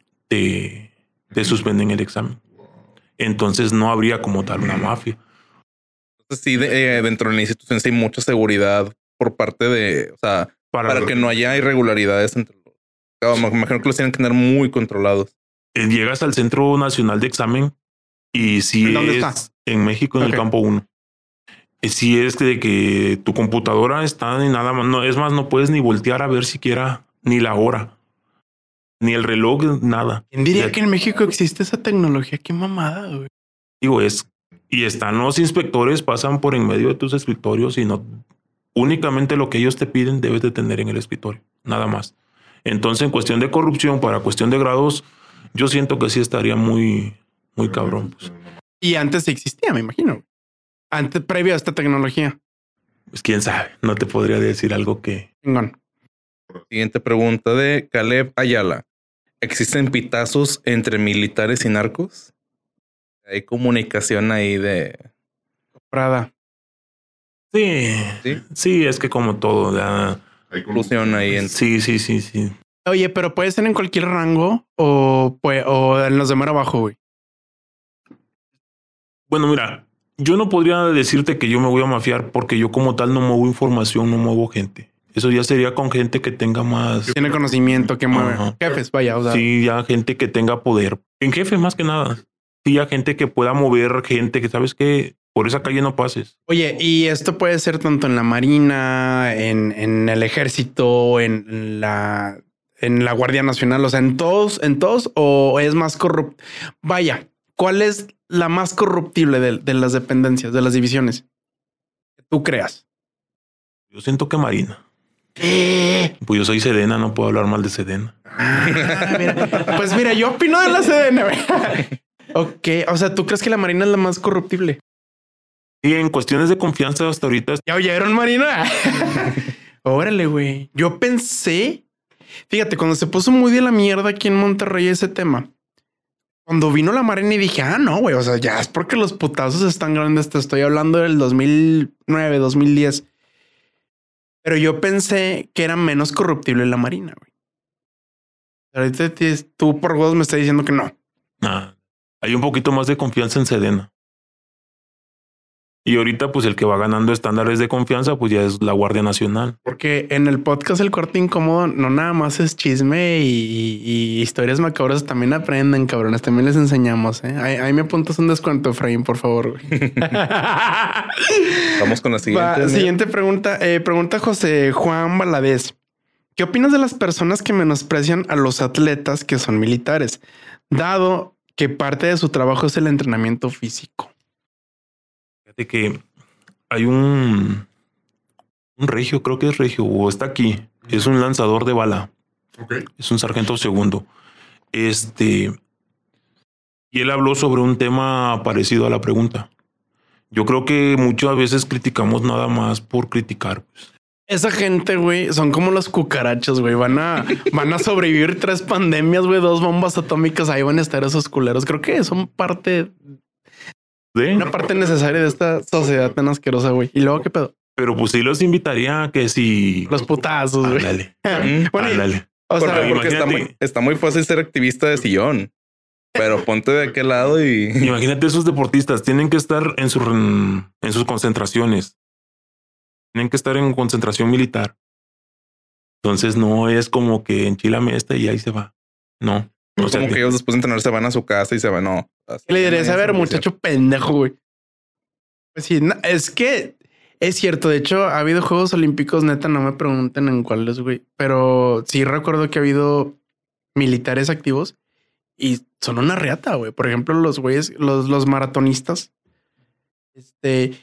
te, te suspenden el examen. Entonces no habría como tal una mafia. Entonces sí, de, eh, dentro de la institución sí hay mucha seguridad por parte de, o sea, para, para que no haya irregularidades entre los... Claro, me imagino que los tienen que tener muy controlados. Eh, llegas al Centro Nacional de Examen y si ¿Dónde es estás? En México, en okay. El campo uno. Eh, si es de que tu computadora está ni nada más, no, es más, no puedes ni voltear a ver siquiera ni la hora. Ni el reloj, nada. ¿Quién diría ya, que en México existe esa tecnología? Qué mamada, güey. Digo, es... Y están los inspectores, pasan por en medio de tus escritorios y no... Únicamente lo que ellos te piden debes de tener en el escritorio. Nada más. Entonces, en cuestión de corrupción, para cuestión de grados, yo siento que sí estaría muy... Muy cabrón, pues. Y antes existía, me imagino. Antes, previo a esta tecnología. Pues quién sabe. No te podría decir algo que... Chingón. Siguiente pregunta de Caleb Ayala. ¿Existen pitazos entre militares y narcos? Hay comunicación ahí de... Prada. Sí, sí, sí, es que como todo, ya... Hay colusión ahí. En... Sí, sí, sí, sí. Oye, pero puede ser en cualquier rango o, pues, o en los de mar abajo, güey. Bueno, mira, yo no podría decirte que yo me voy a mafiar porque yo como tal no muevo información, no muevo gente. Eso ya sería con gente que tenga más... Tiene conocimiento, que mueve. Ajá. Jefes, vaya. O sea, Sí, ya gente que tenga poder. En jefe más que nada. Sí, ya gente que pueda mover gente que sabes que por esa calle no pases. oye, y esto puede ser tanto en la marina, en, en el ejército, en la, en la Guardia Nacional, o sea, en todos, en todos, o es más corrupto. Vaya, ¿cuál es la más corruptible de, de las dependencias, de las divisiones? Que tú creas. Yo siento que Marina. Pues yo soy Sedena, no puedo hablar mal de Sedena. Ah, mira. Pues mira, yo opino de la C D N. Ok, o sea, ¿tú crees que la Marina es la más corruptible? Y en cuestiones de confianza hasta ahorita... ¿Ya oyeron, Marina? Órale, güey. Yo pensé... Fíjate, cuando se puso muy de la mierda aquí en Monterrey ese tema, cuando vino la Marina y dije, ah, no, güey, o sea, ya es porque los putazos están grandes. Te estoy hablando del dos mil nueve, dos mil diez. Pero yo pensé que era menos corruptible la Marina, güey. Ahorita tú por vos me estás diciendo que no. Nah, hay un poquito más de confianza en Sedena. Y ahorita, pues el que va ganando estándares de confianza, pues ya es la Guardia Nacional. Porque en el podcast El Corte Incómodo no nada más es chisme y, y, y historias macabras, también aprenden, cabrones. También les enseñamos. ¿eh? Ahí, ahí me apuntas un descuento, Efraín, por favor. Güey. Vamos con la siguiente. Va, siguiente pregunta. Eh, pregunta José Juan Valadez. ¿Qué opinas de las personas que menosprecian a los atletas que son militares, dado que parte de su trabajo es el entrenamiento físico? Fíjate que hay un, un regio, creo que es regio, o está aquí. Es un lanzador de bala. Okay. Es un sargento segundo. Este, y él habló sobre un tema parecido a la pregunta. Yo creo que muchas veces criticamos nada más por criticar. Pues. Esa gente, güey, son como los cucarachos, güey. Van a, van a sobrevivir tres pandemias, güey, dos bombas atómicas. Ahí van a estar esos culeros. Creo que son parte, ¿De? una parte necesaria de esta sociedad tan asquerosa, güey. Y luego, ¿qué pedo? Pero pues sí los invitaría a que si... Los putazos, güey. Ándale, Bueno, y- ándale. o sea, Porque, porque está, imagínate. muy, está muy fácil ser activista de sillón, pero ponte de aquel lado y Imagínate esos deportistas, tienen que estar en, su, en sus concentraciones. Tienen que estar en concentración militar. Entonces no es como que enchilame esta y ahí se va. No. no O sea, como te- que ellos después de entrenar se van a su casa y se van. No. ¿qué le dirías? A ver, muchacho pendejo, güey. Pues sí, no, es que es cierto. De hecho, ha habido Juegos Olímpicos, neta, no me pregunten en cuáles, güey. Pero sí recuerdo que ha habido militares activos y son una reata, güey. Por ejemplo, los güeyes, los, los maratonistas. Este...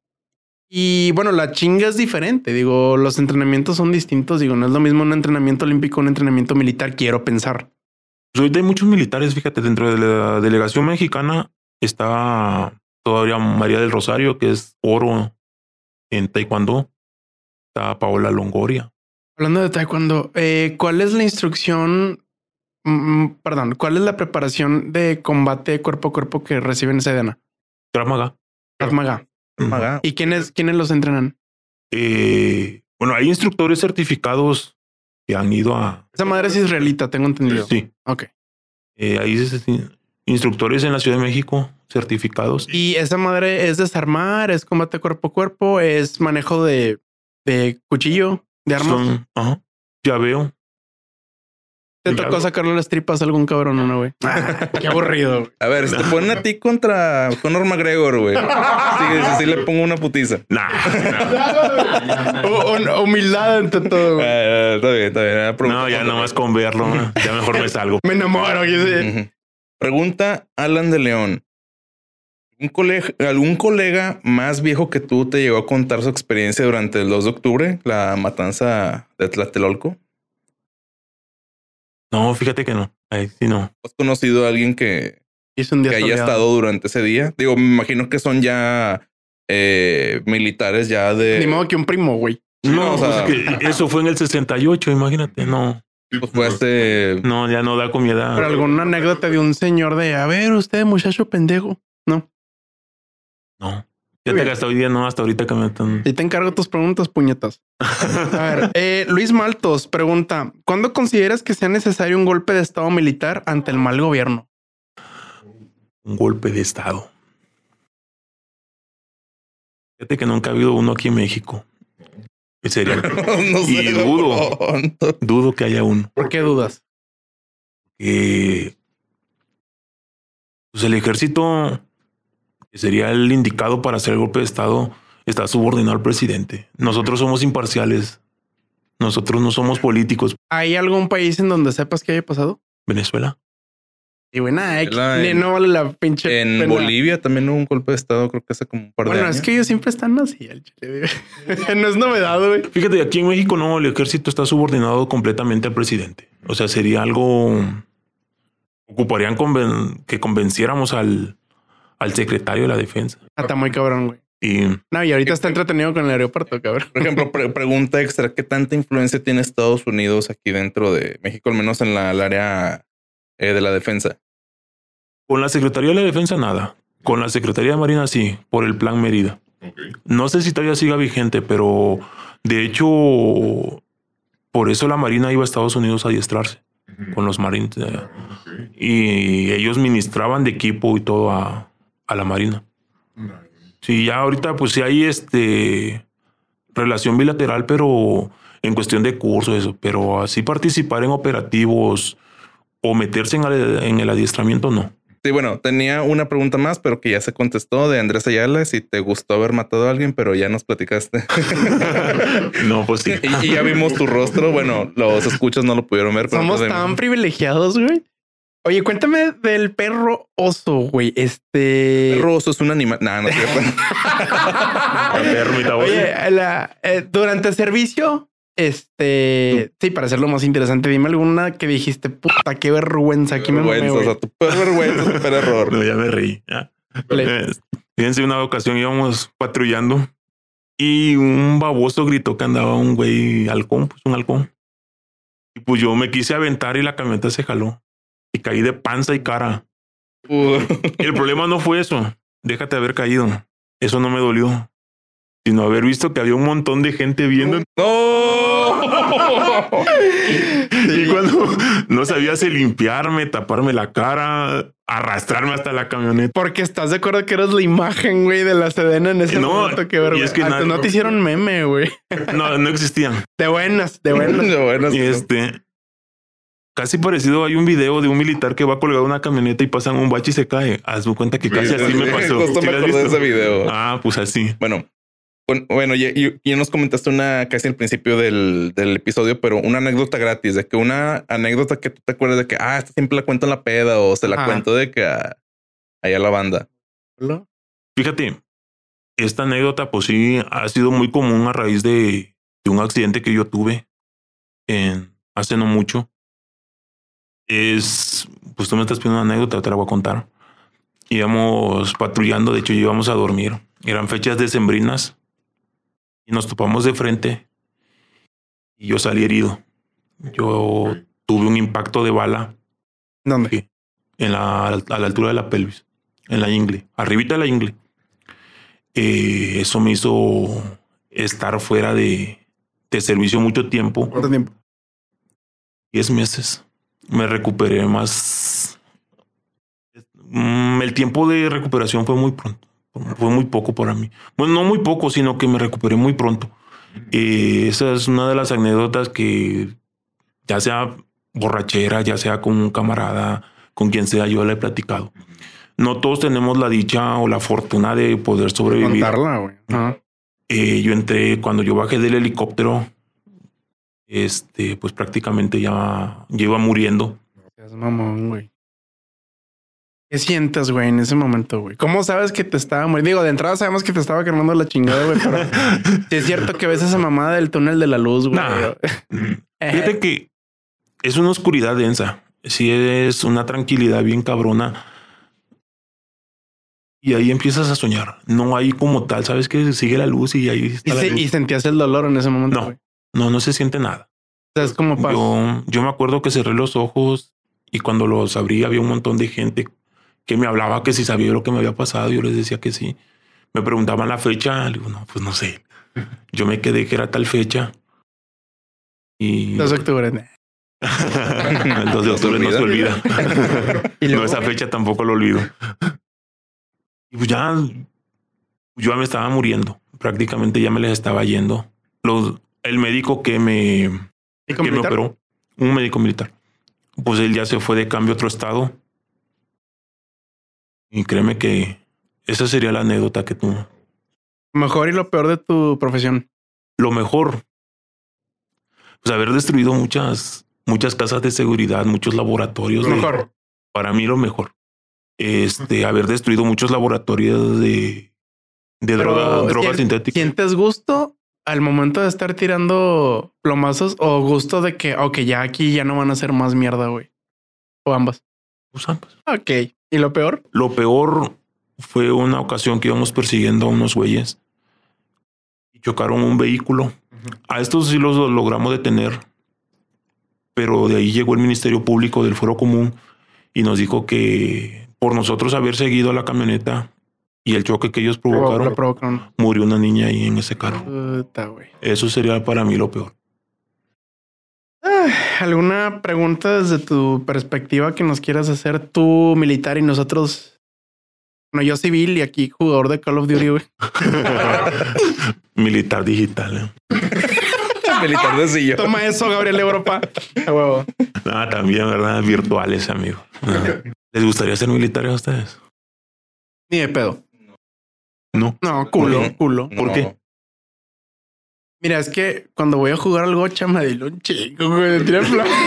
Y bueno, la chinga es diferente. Digo, los entrenamientos son distintos. Digo, no es lo mismo un entrenamiento olímpico, un entrenamiento militar, quiero pensar. Soy de muchos militares, fíjate, dentro de la delegación mexicana está todavía María del Rosario, que es oro en taekwondo. Está Paola Longoria. Hablando de taekwondo, eh, ¿cuál es la instrucción? Mm, perdón, ¿cuál es la preparación de combate cuerpo a cuerpo que reciben Sedena? Krav Maga. Krav Maga. Maga. ¿Y quiénes, quiénes los entrenan? Eh, bueno, hay instructores certificados que han ido a... Esa madre es israelita, tengo entendido. Sí. Ok. Eh, hay es- instructores en la Ciudad de México certificados. Y esa madre es desarmar, es combate cuerpo a cuerpo, es manejo de, de cuchillo, de armas. Son, ajá, ya veo. ¿Te ya tocó veo. sacarle las tripas a algún cabrón o no, güey? Ah, qué aburrido, güey. A ver, si te ponen a ti contra Conor McGregor, güey. Sí, sí, sí le pongo una putiza. Nah, nah. O- o- humildad ante todo, güey. Eh, está bien, está bien. Era pregunta No, ya tonta. nomás con verlo, ya mejor me salgo. Me enamoro. y ese- Ujú. Pregunta Alan de León. ¿Un colega, ¿Algún colega más viejo que tú te llegó a contar su experiencia durante el dos de octubre, la matanza de Tlatelolco? No, fíjate que no. Ahí sí no. ¿Has conocido a alguien que, Hizo un día que haya soleado. estado durante ese día? Digo, me imagino que son ya eh, militares ya de... Ni modo que un primo, güey. No, o sea- pues que eso fue en el sesenta y ocho, imagínate. No, Pues fue hace... no, ya no da con mi edad. Pero alguna anécdota de un señor de, a ver, usted, muchacho pendejo. No. No. Ya te hasta hoy día, no, hasta ahorita que me están... Y te encargo tus preguntas, puñetas. A ver, eh, Luis Maltos pregunta, ¿cuándo consideras que sea necesario un golpe de estado militar ante el mal gobierno? Un golpe de estado. Fíjate que nunca ha habido uno aquí en México. Y sería... No sé, y dudo, no. dudo que haya uno. ¿Por qué dudas? Que pues el ejército, que sería el indicado para hacer el golpe de estado, está subordinado al presidente. Nosotros somos imparciales. Nosotros no somos políticos. ¿Hay algún país en donde sepas que haya pasado? Venezuela. Y bueno, eh, La- ni- no vale la pinche En pena. Bolivia también hubo un golpe de estado, creo que hace como un par de Bueno, años. es que ellos siempre están así, al chile. No es novedad, güey. Fíjate, aquí en México no, el ejército está subordinado completamente al presidente. O sea, sería algo... Ocuparían conven- que convenciéramos al, al secretario de la defensa. Ah, está muy cabrón, güey. Y No, y ahorita está entretenido con el aeropuerto, cabrón. Por ejemplo, pre- pregunta extra, ¿qué tanta influencia tiene Estados Unidos aquí dentro de México, al menos en la, el área eh, de la defensa? con la Secretaría de la Defensa, nada. Con la Secretaría de Marina, sí, por el Plan Mérida. No sé si todavía siga vigente, pero de hecho, por eso la Marina iba a Estados Unidos a adiestrarse con los Marines. eh, Y ellos ministraban de equipo y todo a, a la Marina. Sí, ya ahorita pues sí hay este relación bilateral, pero en cuestión de cursos, eso. Pero así participar en operativos o meterse en el, en el adiestramiento, no. Sí, bueno, tenía una pregunta más, pero que ya se contestó de Andrés Ayala, si te gustó haber matado a alguien, pero ya nos platicaste. No, pues sí. y, y ya vimos tu rostro. Bueno, los escuchas no lo pudieron ver. Pero Somos pues, tan privilegiados, güey. Oye, cuéntame del perro oso, güey. Este... Perro oso es un animal. No, no es cierto. Permita, voy. Oye, la- eh, durante el servicio, este... Sí, para hacerlo más interesante, dime alguna que dijiste, puta, qué vergüenza. Aquí me mamé, Vergüenza, o güey. sea, tu peor vergüenza, tu peor error. No, ya me reí. Ya. Le- Eh, Fíjense, una ocasión íbamos patrullando y un baboso gritó que andaba un güey halcón, pues un halcón. Y pues yo me quise aventar y la camioneta se jaló. Y caí de panza y cara. Uh, El problema no fue eso. Déjate haber caído. Eso no me dolió. Sino haber visto que había un montón de gente viendo. ¡No! Y cuando no sabía si limpiarme, taparme la cara, arrastrarme hasta la camioneta. Porque estás de acuerdo que eres la imagen, güey, de la Sedena en ese No, momento. Qué y vergüenza. es que Ah, nadie- no te hicieron meme, güey. No, no existían. De buenas, de buenas. Bueno, Y este, casi parecido, hay un video de un militar que va colgado en una camioneta y pasan un bache y se cae. Haz tu cuenta que casi así me pasó. Justo ¿Sí me lo has acordé de visto? ese video. Ah, pues así. Bueno, bueno, bueno, ya, ya- ya nos comentaste una casi al principio del, del episodio, pero una anécdota gratis, de que una anécdota que tú te acuerdas de que, ah, esta siempre la cuento en la peda o se la Ajá. cuento de que ah, allá la banda. ¿No? Fíjate, esta anécdota, pues sí, ha sido muy común a raíz de, de un accidente que yo tuve en, hace no mucho. Es, pues tú me estás pidiendo una anécdota, te la voy a contar. Íbamos patrullando, de hecho íbamos a dormir. Eran fechas decembrinas y nos topamos de frente y yo salí herido. Yo tuve un impacto de bala ¿Dónde? en la, a la altura de la pelvis, en la ingle, arribita de la ingle. Eh, eso me hizo estar fuera de, de servicio mucho tiempo, ¿Cuánto tiempo? diez meses. Me recuperé más. Mm, El tiempo de recuperación fue muy pronto, fue muy poco para mí. Bueno, no muy poco, sino que me recuperé muy pronto. Eh, esa es una de las anécdotas que, ya sea borrachera, ya sea con un camarada, con quien sea, yo le he platicado. No todos tenemos la dicha o la fortuna de poder sobrevivir. Contarla, güey. Ajá. Eh, yo entré cuando yo bajé del helicóptero, este, pues prácticamente ya, ya iba muriendo. Es mamón, güey. ¿Qué sientes, güey, en ese momento, güey? ¿Cómo sabes que te estaba muriendo? Digo, de entrada sabemos que te estaba quemando la chingada, güey, pero sí es cierto que ves esa mamada del túnel de la luz, güey. Nah. Fíjate que es una oscuridad densa. Sí, es una tranquilidad bien cabrona. Y ahí empiezas a soñar. No hay como tal, sabes que sigue la luz y ahí Y, está la se- luz. y sentías el dolor en ese momento, No. güey. No, no se siente nada. O sea, es como paz. Yo, yo me acuerdo que cerré los ojos y cuando los abrí había un montón de gente que me hablaba que si sabía lo que me había pasado. Yo les decía que sí. Me preguntaban la fecha. Le digo, no, pues no sé. Yo me quedé que era tal fecha. Y dos de octubre. el dos de octubre no se olvida. Y luego, No, esa fecha tampoco lo olvido. Y pues ya, yo ya me estaba muriendo. Prácticamente ya me les estaba yendo. Los, el médico que me, que me operó, un médico militar, pues él ya se fue de cambio a otro estado. Y créeme que esa sería la anécdota que tú. Mejor y lo peor de tu profesión. Lo mejor, pues haber destruido muchas, muchas casas de seguridad, muchos laboratorios. Lo de- mejor. para mí lo mejor. Este, haber destruido muchos laboratorios de, de Pero, droga, drogas ¿sien- sintéticas. ¿Sientes gusto al momento de estar tirando plomazos o gusto de que, ok, ya aquí ya no van a hacer más mierda, güey? O ambas. Pues, ambas. Ok. ¿Y lo peor? Lo peor fue una ocasión que íbamos persiguiendo a unos güeyes y chocaron un vehículo. A estos sí los logramos detener, pero de ahí llegó el Ministerio Público del Fuero Común y nos dijo que por nosotros haber seguido a la camioneta y el choque que ellos provocaron, Lo provocaron. murió una niña ahí en ese carro. Puta, güey. Eso sería para mí lo peor. Ah, ¿alguna pregunta desde tu perspectiva que nos quieras hacer tú, militar, y nosotros? Bueno, yo civil y aquí jugador de Call of Duty, güey. Militar digital. ¿eh? Militar de silla. Toma eso, Gabriel Europa. A huevo. Ah, también, ¿verdad? Virtuales, amigo. Ah. ¿Les gustaría ser militares a ustedes? Ni de pedo. No. No, culo, No. culo. ¿Por qué? Mira, es que cuando voy a jugar al gocha me dilo un chico, güey. Tira el plan.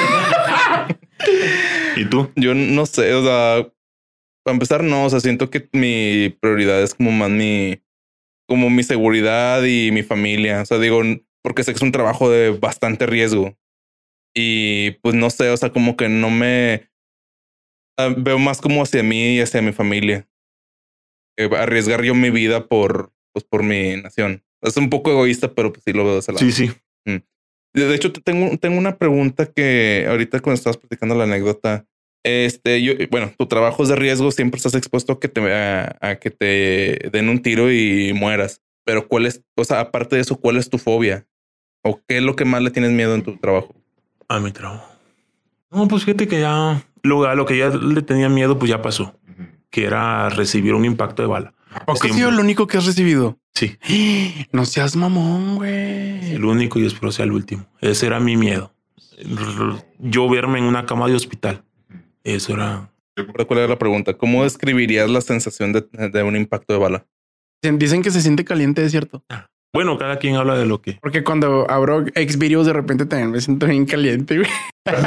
¿Y tú? Yo no sé, o sea, para empezar, no, o sea, siento que mi prioridad es como más mi, como mi seguridad y mi familia. O sea, digo, porque sé que es un trabajo de bastante riesgo y pues no sé, o sea, como que no me uh, veo más como hacia mí y hacia mi familia. Eh, arriesgar yo mi vida por, pues, por mi nación. Es un poco egoísta, pero pues sí lo veo de ese lado. Sí, sí. De de hecho, te tengo, tengo una pregunta que ahorita cuando estabas platicando la anécdota, este, yo, bueno, tu trabajo es de riesgo, siempre estás expuesto a que te, a, a que te den un tiro y mueras. Pero ¿cuál es, o sea, aparte de eso, cuál es tu fobia? ¿O qué es lo que más le tienes miedo en tu trabajo? A mi trabajo. No, pues fíjate que ya lo, a lo que ya le tenía miedo, pues ya pasó, que era recibir un impacto de bala. ¿O qué ha Siempre. sido lo único que has recibido? Sí, No seas mamón, güey. el único y espero sea el último. Ese era mi miedo. Yo verme en una cama de hospital. Eso era. ¿Cuál era la pregunta? ¿Cómo describirías la sensación de, de un impacto de bala? Dicen que se siente caliente, es cierto. Bueno, cada quien habla de lo que. Porque cuando abro Xvideos de repente también me siento bien caliente, güey.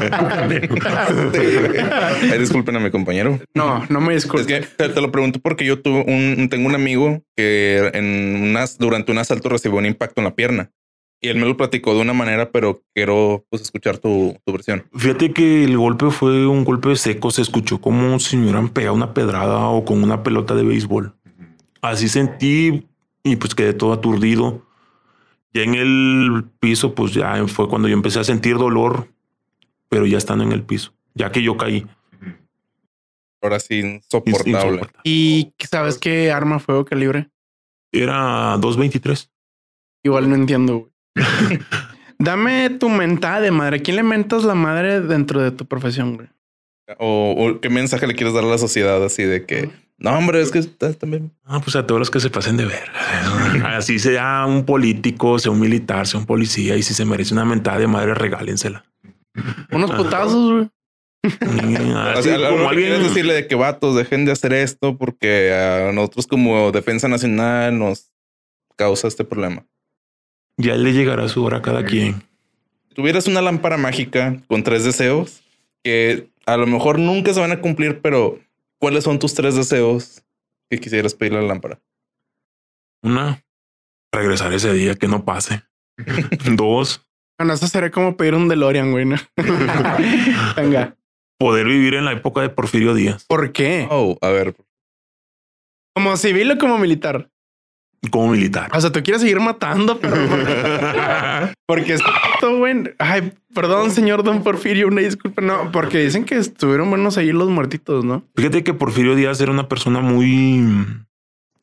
Ay, disculpen a mi compañero. No, no me Es disculpo. que te, te lo pregunto porque yo tuve un, tengo un amigo que en unas, durante un asalto recibió un impacto en la pierna y él me lo platicó de una manera, pero quiero pues escuchar tu, tu versión. Fíjate que el golpe fue un golpe seco. Se escuchó como si me hubieran pegado una pedrada o con una pelota de béisbol. Así sentí y pues quedé todo aturdido. Ya en el piso, pues ya fue cuando yo empecé a sentir dolor, pero ya estando en el piso, ya que yo caí. Ahora sí, insoportable. Insoportable. ¿Y sabes qué arma fue o calibre? Era dos veintitrés. Igual no entiendo, güey. Dame tu mentada de madre. ¿A quién le mentas la madre dentro de tu profesión, güey? O, o qué mensaje le quieres dar a la sociedad así de que no, hombre, es que estás también. Ah, pues a todos los que se pasen de ver. Así sea un político, sea un militar, sea un policía, y si se merece una mentada de madre, regálensela. Unos putazos, güey. O Así sea, como algo que quieres alguien. decirle de que vatos dejen de hacer esto porque a nosotros como Defensa Nacional nos causa este problema. Ya le llegará su hora a cada quien. Si tuvieras una lámpara mágica con tres deseos que a lo mejor nunca se van a cumplir, pero ¿cuáles son tus tres deseos que quisieras pedirle a la lámpara? Una, regresar ese día, que no pase. Dos, Bueno, eso sería como pedir un DeLorean, güey, ¿no? Venga. poder vivir en la época de Porfirio Díaz ¿Por qué? Oh, a ver. ¿Como civil o como militar? como militar. O sea, tú quieres seguir matando, pero porque es güey. Ay, perdón, señor Don Porfirio, una disculpa. No, porque dicen que estuvieron buenos ahí los muertitos, ¿no? Fíjate que Porfirio Díaz era una persona muy,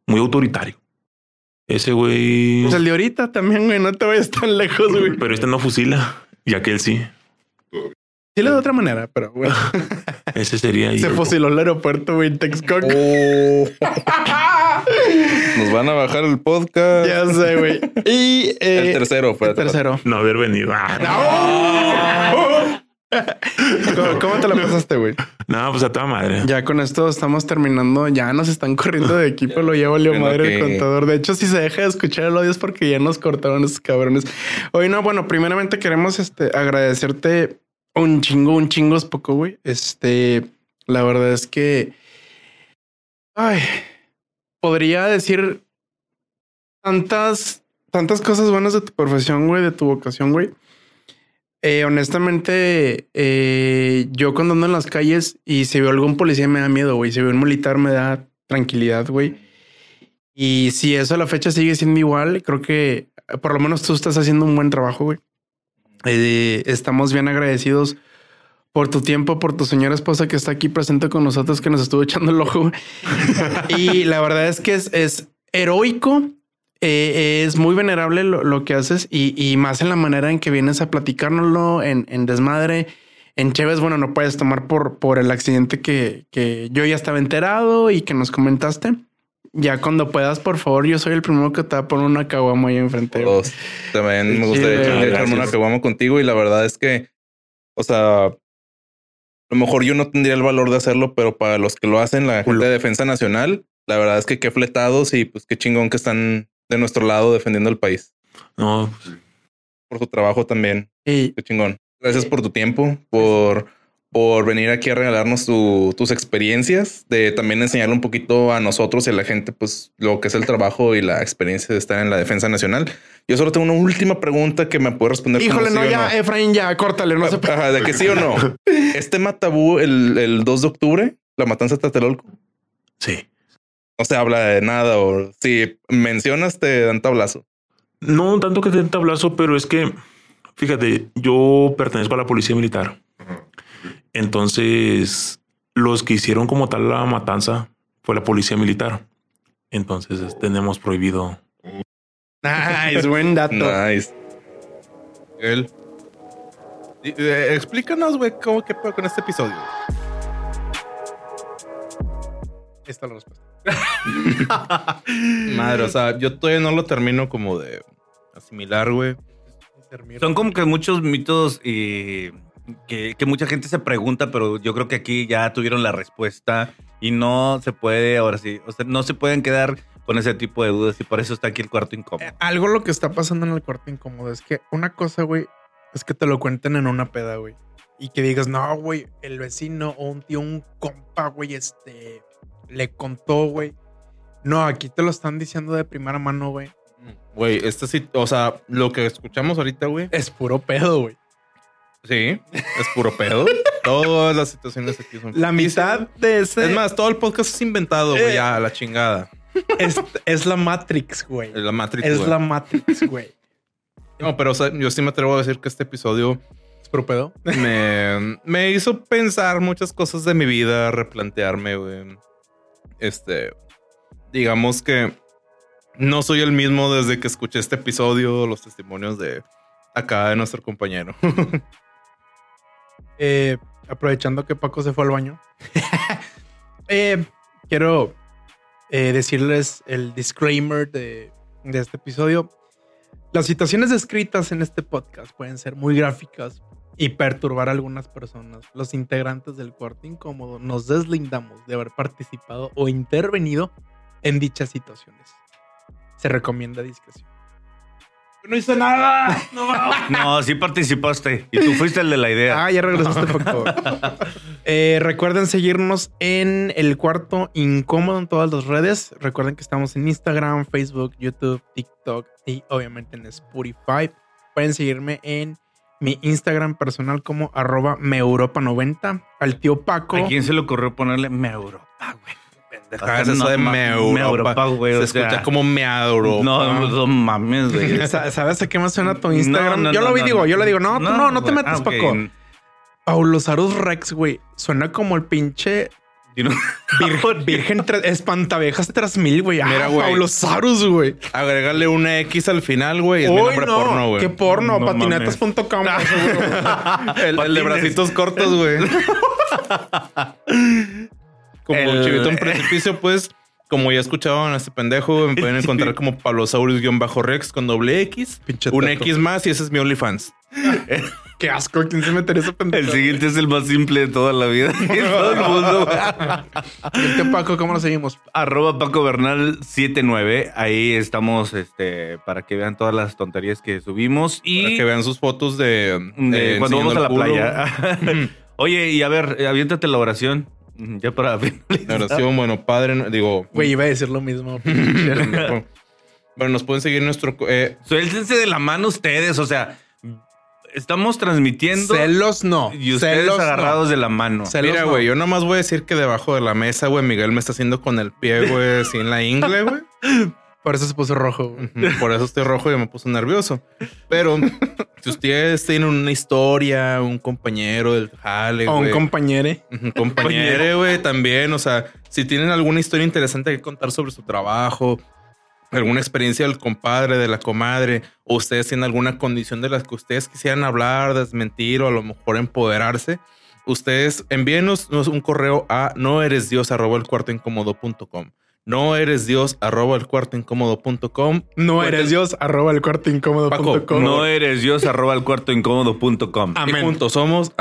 muy autoritario. Ese güey... Pues el de ahorita también, güey. No te vayas tan lejos, güey. Pero este no fusila, y aquel sí. Sí, de otra manera, pero bueno. Ese sería... Se fusiló el aeropuerto, güey, en Texcoco. Oh. Nos van a bajar el podcast. Ya sé, güey. Y eh, el tercero fue el tercero. No haber venido. Ah, ¡No! ¿Cómo, ¿Cómo te la pasaste, güey? No, pues a toda madre. Ya con esto estamos terminando. Ya nos están corriendo de equipo. Lo ya valió madre que... el contador. De hecho, si se deja de escuchar el audio es porque ya nos cortaron esos cabrones. Oye, no, bueno, primeramente queremos este, agradecerte un chingo, un chingo es poco, güey. Este, la verdad es que... Ay, podría decir tantas, tantas cosas buenas de tu profesión, güey, de tu vocación, güey. Eh, honestamente, eh, yo cuando ando en las calles y si veo algún policía me da miedo, güey. Si veo un militar me da tranquilidad, güey. Y si eso a la fecha sigue siendo igual, creo que por lo menos tú estás haciendo un buen trabajo, güey. Eh, estamos bien agradecidos por tu tiempo, por tu señora esposa que está aquí presente con nosotros, que nos estuvo echando el ojo. Y la verdad es que es, es heroico. Eh, es muy venerable lo, lo que haces y, y más en la manera en que vienes a platicárnoslo en, en desmadre. En Chévez, bueno, no puedes tomar por, por el accidente que, que yo ya estaba enterado y que nos comentaste. Ya cuando puedas, por favor, yo soy el primero que te va a poner una caguama ahí enfrente. Todos. También me gustaría sí, echarme una caguama contigo y la verdad es que, o sea, a lo mejor yo no tendría el valor de hacerlo, pero para los que lo hacen, la gente de Defensa Nacional, la verdad es que qué fletados y pues qué chingón que están de nuestro lado defendiendo el país. No, pues, por tu trabajo también. Sí. Qué chingón. Gracias por tu tiempo, por, por venir aquí a regalarnos tu, tus experiencias, de también enseñarle un poquito a nosotros y a la gente, pues lo que es el trabajo y la experiencia de estar en la Defensa Nacional. Yo solo tengo una última pregunta que me puede responder. Híjole, no, sí ya, no. Efraín, ya, córtale, no se puede. Ajá, de que sí o no. Este matabú el, el dos de octubre, la matanza de Tlatelolco. Sí. No se habla de nada o si mencionas te dan tablazo. No tanto que te den tablazo, pero es que, fíjate, yo pertenezco a la policía militar. Entonces, los que hicieron como tal la matanza fue la policía militar. Entonces, tenemos prohibido. Nice, buen dato. Nice. Él. Eh, explícanos, güey, cómo qué pedo con este episodio. Esta es la respuesta. Madre, o sea, yo todavía no lo termino como de asimilar, güey. Son como que muchos mitos y que, que mucha gente se pregunta, pero yo creo que aquí ya tuvieron la respuesta y no se puede, ahora sí, o sea, no se pueden quedar con ese tipo de dudas y por eso está aquí el cuarto incómodo. Eh, algo lo que está pasando en el cuarto incómodo es que una cosa, güey, es que te lo cuenten en una peda, güey. Y que digas, no, güey, el vecino o un tío, un compa, güey, este... le contó, güey. No, aquí te lo están diciendo de primera mano, güey. Güey, este sí, o sea, lo que escuchamos ahorita, güey. Es puro pedo, güey. Sí, es puro pedo. Todas las situaciones aquí son... La mitad de ese... Es más, todo el podcast es inventado, güey, Eh. ya, a la chingada. Es, es la Matrix, güey. Es la Matrix, Es güey. la Matrix, güey. No, pero o sea, yo sí me atrevo a decir que este episodio ¿Es puro pedo? me, me hizo pensar muchas cosas de mi vida, replantearme, güey. Este, digamos que no soy el mismo desde que escuché este episodio, los testimonios de acá de nuestro compañero. Eh, aprovechando que Paco se fue al baño. eh, quiero eh, decirles el disclaimer de, de este episodio. Las situaciones descritas en este podcast pueden ser muy gráficas y perturbar a algunas personas. Los integrantes del Cuarto Incómodo nos deslindamos de haber participado o intervenido en dichas situaciones. Se recomienda discreción. ¡No hice nada! ¡No! No, sí participaste y tú fuiste el de la idea. Ah, ya regresaste, Paco. eh, recuerden seguirnos en El Cuarto Incómodo en todas las redes. Recuerden que estamos en Instagram, Facebook, YouTube, TikTok y obviamente en Spotify. Pueden seguirme en mi Instagram personal como arroba meuropa noventa. Al tío Paco. ¿A quién se le ocurrió ponerle Meuropa, güey? Dejar eso de Meuropa, güey. Se o escucha sea, como Meuropa. No, no mames, güey. ¿Sabes a qué me suena tu Instagram? No, no, yo no, lo vi, no, digo, no. yo lo digo. No, tú no, no te güey. metas, Ah, Paco. ok. Paulosarus Rex, güey. Suena como el pinche Tiene un- Virgen, virgen tra- espantavejas tras mil, güey. Mira, Ah, güey. Paulosaurus, güey. Agregarle una X al final, güey. Es mi Uy, nombre no. porno, güey. ¿Qué porno? No Patinetas punto com. El, el de bracitos cortos, güey. Como El- chivito en precipicio, pues, como ya escuchaban a este pendejo, me pueden encontrar como Pablosaurus-Rex con doble X. Pinche Un teto. X más y ese es mi OnlyFans. Qué asco. ¿Quién se metería esa pendeja? El siguiente es el más simple de toda la vida. De todo el mundo. Este Paco, ¿cómo lo seguimos? Arroba Paco Bernal setenta y nueve. Ahí estamos este, para que vean todas las tonterías que subimos. Y Para que vean sus fotos de, de eh, cuando vamos a la enseñando el culo. playa. Oye, y a ver, eh, aviéntate la oración. Ya para La finalizar. oración, bueno, padre, no- digo... Güey, iba a decir lo mismo. Bueno, nos pueden seguir en nuestro... Eh, Suéltense de la mano ustedes. O sea, estamos transmitiendo Celos no. y ustedes Celos agarrados no. de la mano. Celos mira, no. güey, yo nomás voy a decir que debajo de la mesa, güey, Miguel me está haciendo con el pie, güey, así en la ingle, güey. Por eso se puso rojo, güey. Ujú, por eso estoy rojo y me puse nervioso. Pero si ustedes tienen una historia, un compañero del jale, O un güey, compañere. un compañero, güey, también. O sea, si tienen alguna historia interesante que contar sobre su trabajo, alguna experiencia del compadre, de la comadre, o ustedes tienen alguna condición de la que ustedes quisieran hablar, desmentir o a lo mejor empoderarse, ustedes envíenos un correo a no eres dios arroba el cuarto incómodo punto com. No eres dios arroba el cuarto incómodo punto com. No eres Dios, arroba el cuarto incómodo punto com. No eres Dios, arroba el cuarto incómodo punto com. Amén. Y juntos somos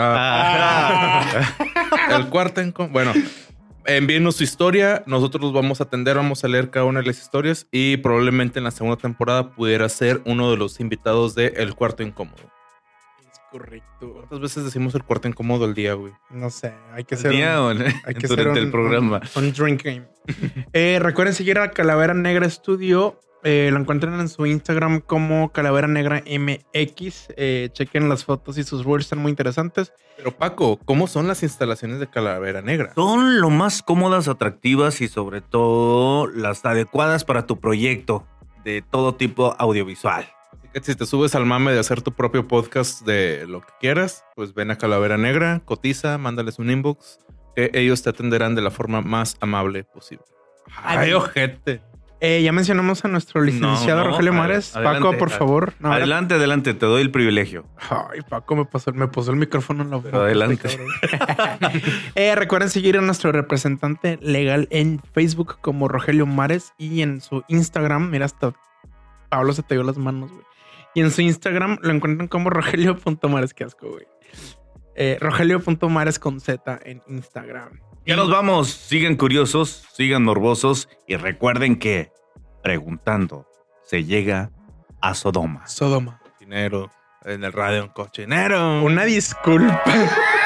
a Ah. el cuarto incómodo. Bueno, envíenos su historia. Nosotros los vamos a atender. Vamos a leer cada una de las historias y probablemente en la segunda temporada pudiera ser uno de los invitados de El Cuarto Incómodo. Es correcto. ¿Cuántas veces decimos El Cuarto Incómodo al día, güey? No sé, hay que ser Día un, o- hay que ser durante un- el programa. Un, un drink game. Eh, recuerden seguir a Calavera Negra Studio. Eh, lo encuentran en su Instagram como Calavera Negra M X. Eh, chequen las fotos y sus reels, están muy interesantes. Pero Paco, ¿cómo son las instalaciones de Calavera Negra? Son lo más cómodas, atractivas y sobre todo las adecuadas para tu proyecto de todo tipo audiovisual. Así que si te subes al mame de hacer tu propio podcast de lo que quieras, pues ven a Calavera Negra, cotiza, mándales un inbox, que ellos te atenderán de la forma más amable posible. Ay, ojete. Eh, ya mencionamos a nuestro licenciado No, no, Rogelio ad- Mares. adelante, Paco, por ad- favor. No, ahora- Adelante, adelante, te doy el privilegio. Ay, Paco, me pasó, me puso el micrófono en la boca. adelante. este cabrón. eh, recuerden seguir a nuestro representante legal en Facebook como Rogelio Mares y en su Instagram. Mira, hasta Pablo se te dio las manos, güey. Y en su Instagram lo encuentran como Rogelio.mares. Qué asco, güey. Eh, Rogelio.mares con Z en Instagram. Ya nos vamos. Sigan curiosos, sigan morbosos y recuerden que preguntando se llega a Sodoma. Sodoma. Dinero en el radio, un cochinero. Una disculpa.